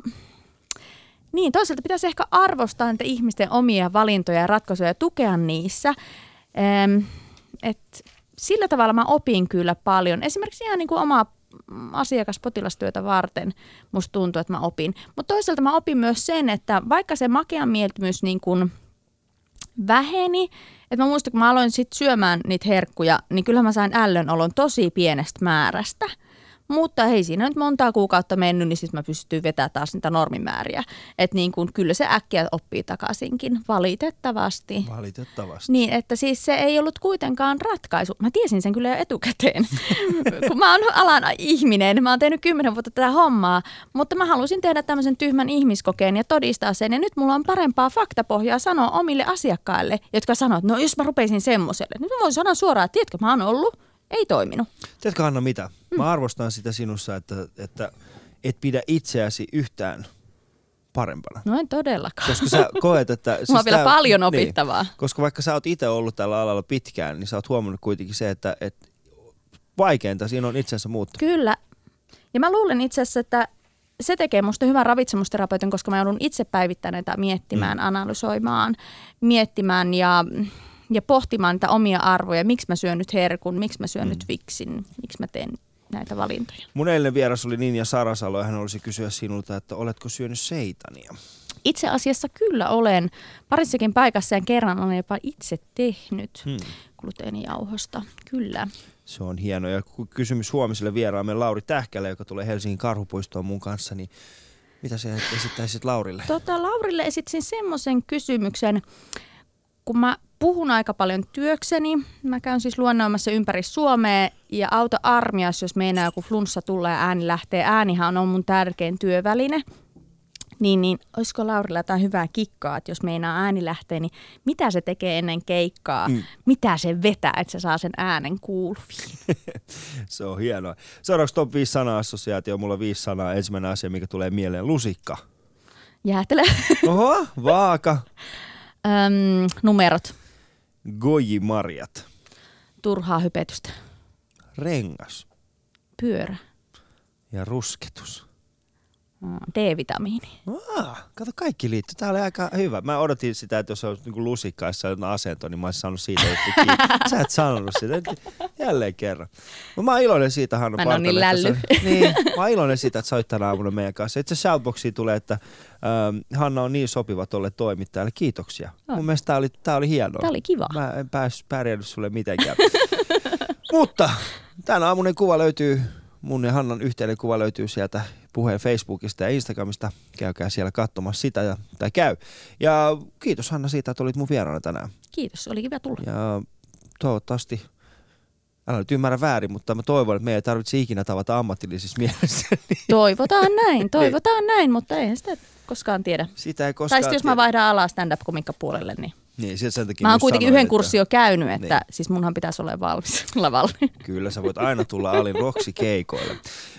S1: pitäisi ehkä arvostaa niitä ihmisten omia valintoja ja ratkaisuja ja tukea niissä. Sillä tavalla mä opin kyllä paljon. Esimerkiksi ihan niin kuin omaa asiakas-potilastyötä varten musta tuntuu, että mä opin. Mutta toisaalta mä opin myös sen, että vaikka se makean mieltymys niin kuin väheni, että mä muistan, kun mä aloin sit syömään niitä herkkuja, niin kyllä mä sain ällönolon tosi pienestä määrästä. Mutta hei, siinä nyt montaa kuukautta mennyt, niin sitten mä pystyn vetämään taas niitä normimääriä. Että niin kun, kyllä se äkkiä oppii takaisinkin, valitettavasti.
S3: Valitettavasti.
S1: Niin, että siis se ei ollut kuitenkaan ratkaisu. Mä tiesin sen kyllä jo etukäteen, kun mä oon alan ihminen. Mä oon tehnyt 10 vuotta tätä hommaa, mutta mä halusin tehdä tämmöisen tyhmän ihmiskokeen ja todistaa sen. Ja nyt mulla on parempaa faktapohjaa sanoa omille asiakkaille, jotka sanoo, että no jos mä rupeisin semmoselle. Nyt mä voin sanoa suoraan, että tiedätkö, mä oon ollut, ei toiminut.
S3: Tiedätkö Hanna mitä? Mä arvostan sitä sinussa, että et pidä itseäsi yhtään parempana.
S1: No en todellakaan.
S3: Koska sä koet, että...
S1: Mulla on vielä paljon opittavaa.
S3: Niin, koska vaikka sä oot itse ollut tällä alalla pitkään, niin sä oot huomannut kuitenkin se, että vaikeinta siinä on itsensä muuttaa.
S1: Kyllä. Ja mä luulen itse asiassa, että se tekee musta hyvän ravitsemusterapeutin, koska mä joudun itse päivittäin näitä miettimään, analysoimaan, miettimään ja pohtimaan niitä omia arvoja. Miksi mä syön nyt herkun, miksi mä syön nyt viksin, miksi mä teen näitä valintoja. Mun
S3: eilinen vieras oli Ninja Sarasalo ja hän olisi kysyä sinulta, että oletko syönyt seitania?
S1: Itse asiassa kyllä olen. Parissakin paikassa ja kerran olen jopa itse tehnyt gluteenijauhosta. Kyllä.
S3: Se on hieno. Ja kysymys huomiselle vieraamme Lauri Tähkälä, joka tulee Helsingin Karhupuistoon mun kanssa, niin mitä sä esittäisit Laurille?
S1: Laurille esitsin semmoisen kysymyksen, kun mä puhun aika paljon työkseni. Mä käyn siis luennoimassa ympäri Suomea ja auta armias, jos meinaa joku flunssa tulee ja ääni lähtee. Äänihän on mun tärkein työväline. Niin olisiko Laurilla jotain hyvää kikkaa, että jos meinaa ääni lähtee, niin mitä se tekee ennen keikkaa? Mitä se vetää, että se saa sen äänen kuuluviin?
S3: Se on hienoa. Seuraavaksi top 5 sana-assosiaatio. Mulla on 5 sanaa. Ensimmäinen asia, mikä tulee mieleen. Lusikka.
S1: Jäätelö.
S3: Oho, vaaka.
S1: Numerot.
S3: Goji-marjat.
S1: Turhaa hypetystä.
S3: Rengas.
S1: Pyörä.
S3: Ja rusketus.
S1: D-vitamiini.
S3: Kato, kaikki liittyy. Tää oli aika hyvä. Mä odotin sitä, että jos olisi niin lusikkaissa asento, niin mä olisin saanut siitä kiinni. Sä et sanonut sitä. Jälleen kerran. Mä oon iloinen siitä, Hanna Partanen.
S1: Mä oon niin lälly.
S3: Niin, mä oon iloinen siitä, että sä oot tänä aamuna meidän kanssa. Itse shoutboxiin tulee, että Hanna on niin sopiva tolle toimittajalle. Kiitoksia. Mun mielestä tää oli hienoa.
S1: Tää oli kiva.
S3: Mä en pärjännyt sulle mitenkään. Mutta tänä aamunen kuva löytyy, mun ja Hannan yhteinen kuva löytyy sieltä Puheen Facebookista ja Instagramista. Käykää siellä katsomassa sitä tai käy. Ja kiitos Hanna siitä, että olit mun vieraana tänään.
S1: Kiitos, oli kiva tulla.
S3: Ja toivottavasti, älä nyt ymmärrä väärin, mutta mä toivon, että meidän ei tarvitse ikinä tavata ammatillisissa mielessä.
S1: Toivotaan näin, mutta eihän sitä koskaan tiedä.
S3: Sitä ei koskaan
S1: tai jos mä vaihdan alaa stand-up-komikkapuolelle, niin
S3: sen takia
S1: mä oon kuitenkin yhden kurssin jo käynyt, että
S3: niin.
S1: Siis munhan pitäisi olla valmis lavalla.
S3: Kyllä, sä voit aina tulla Alin Roksi keikoille.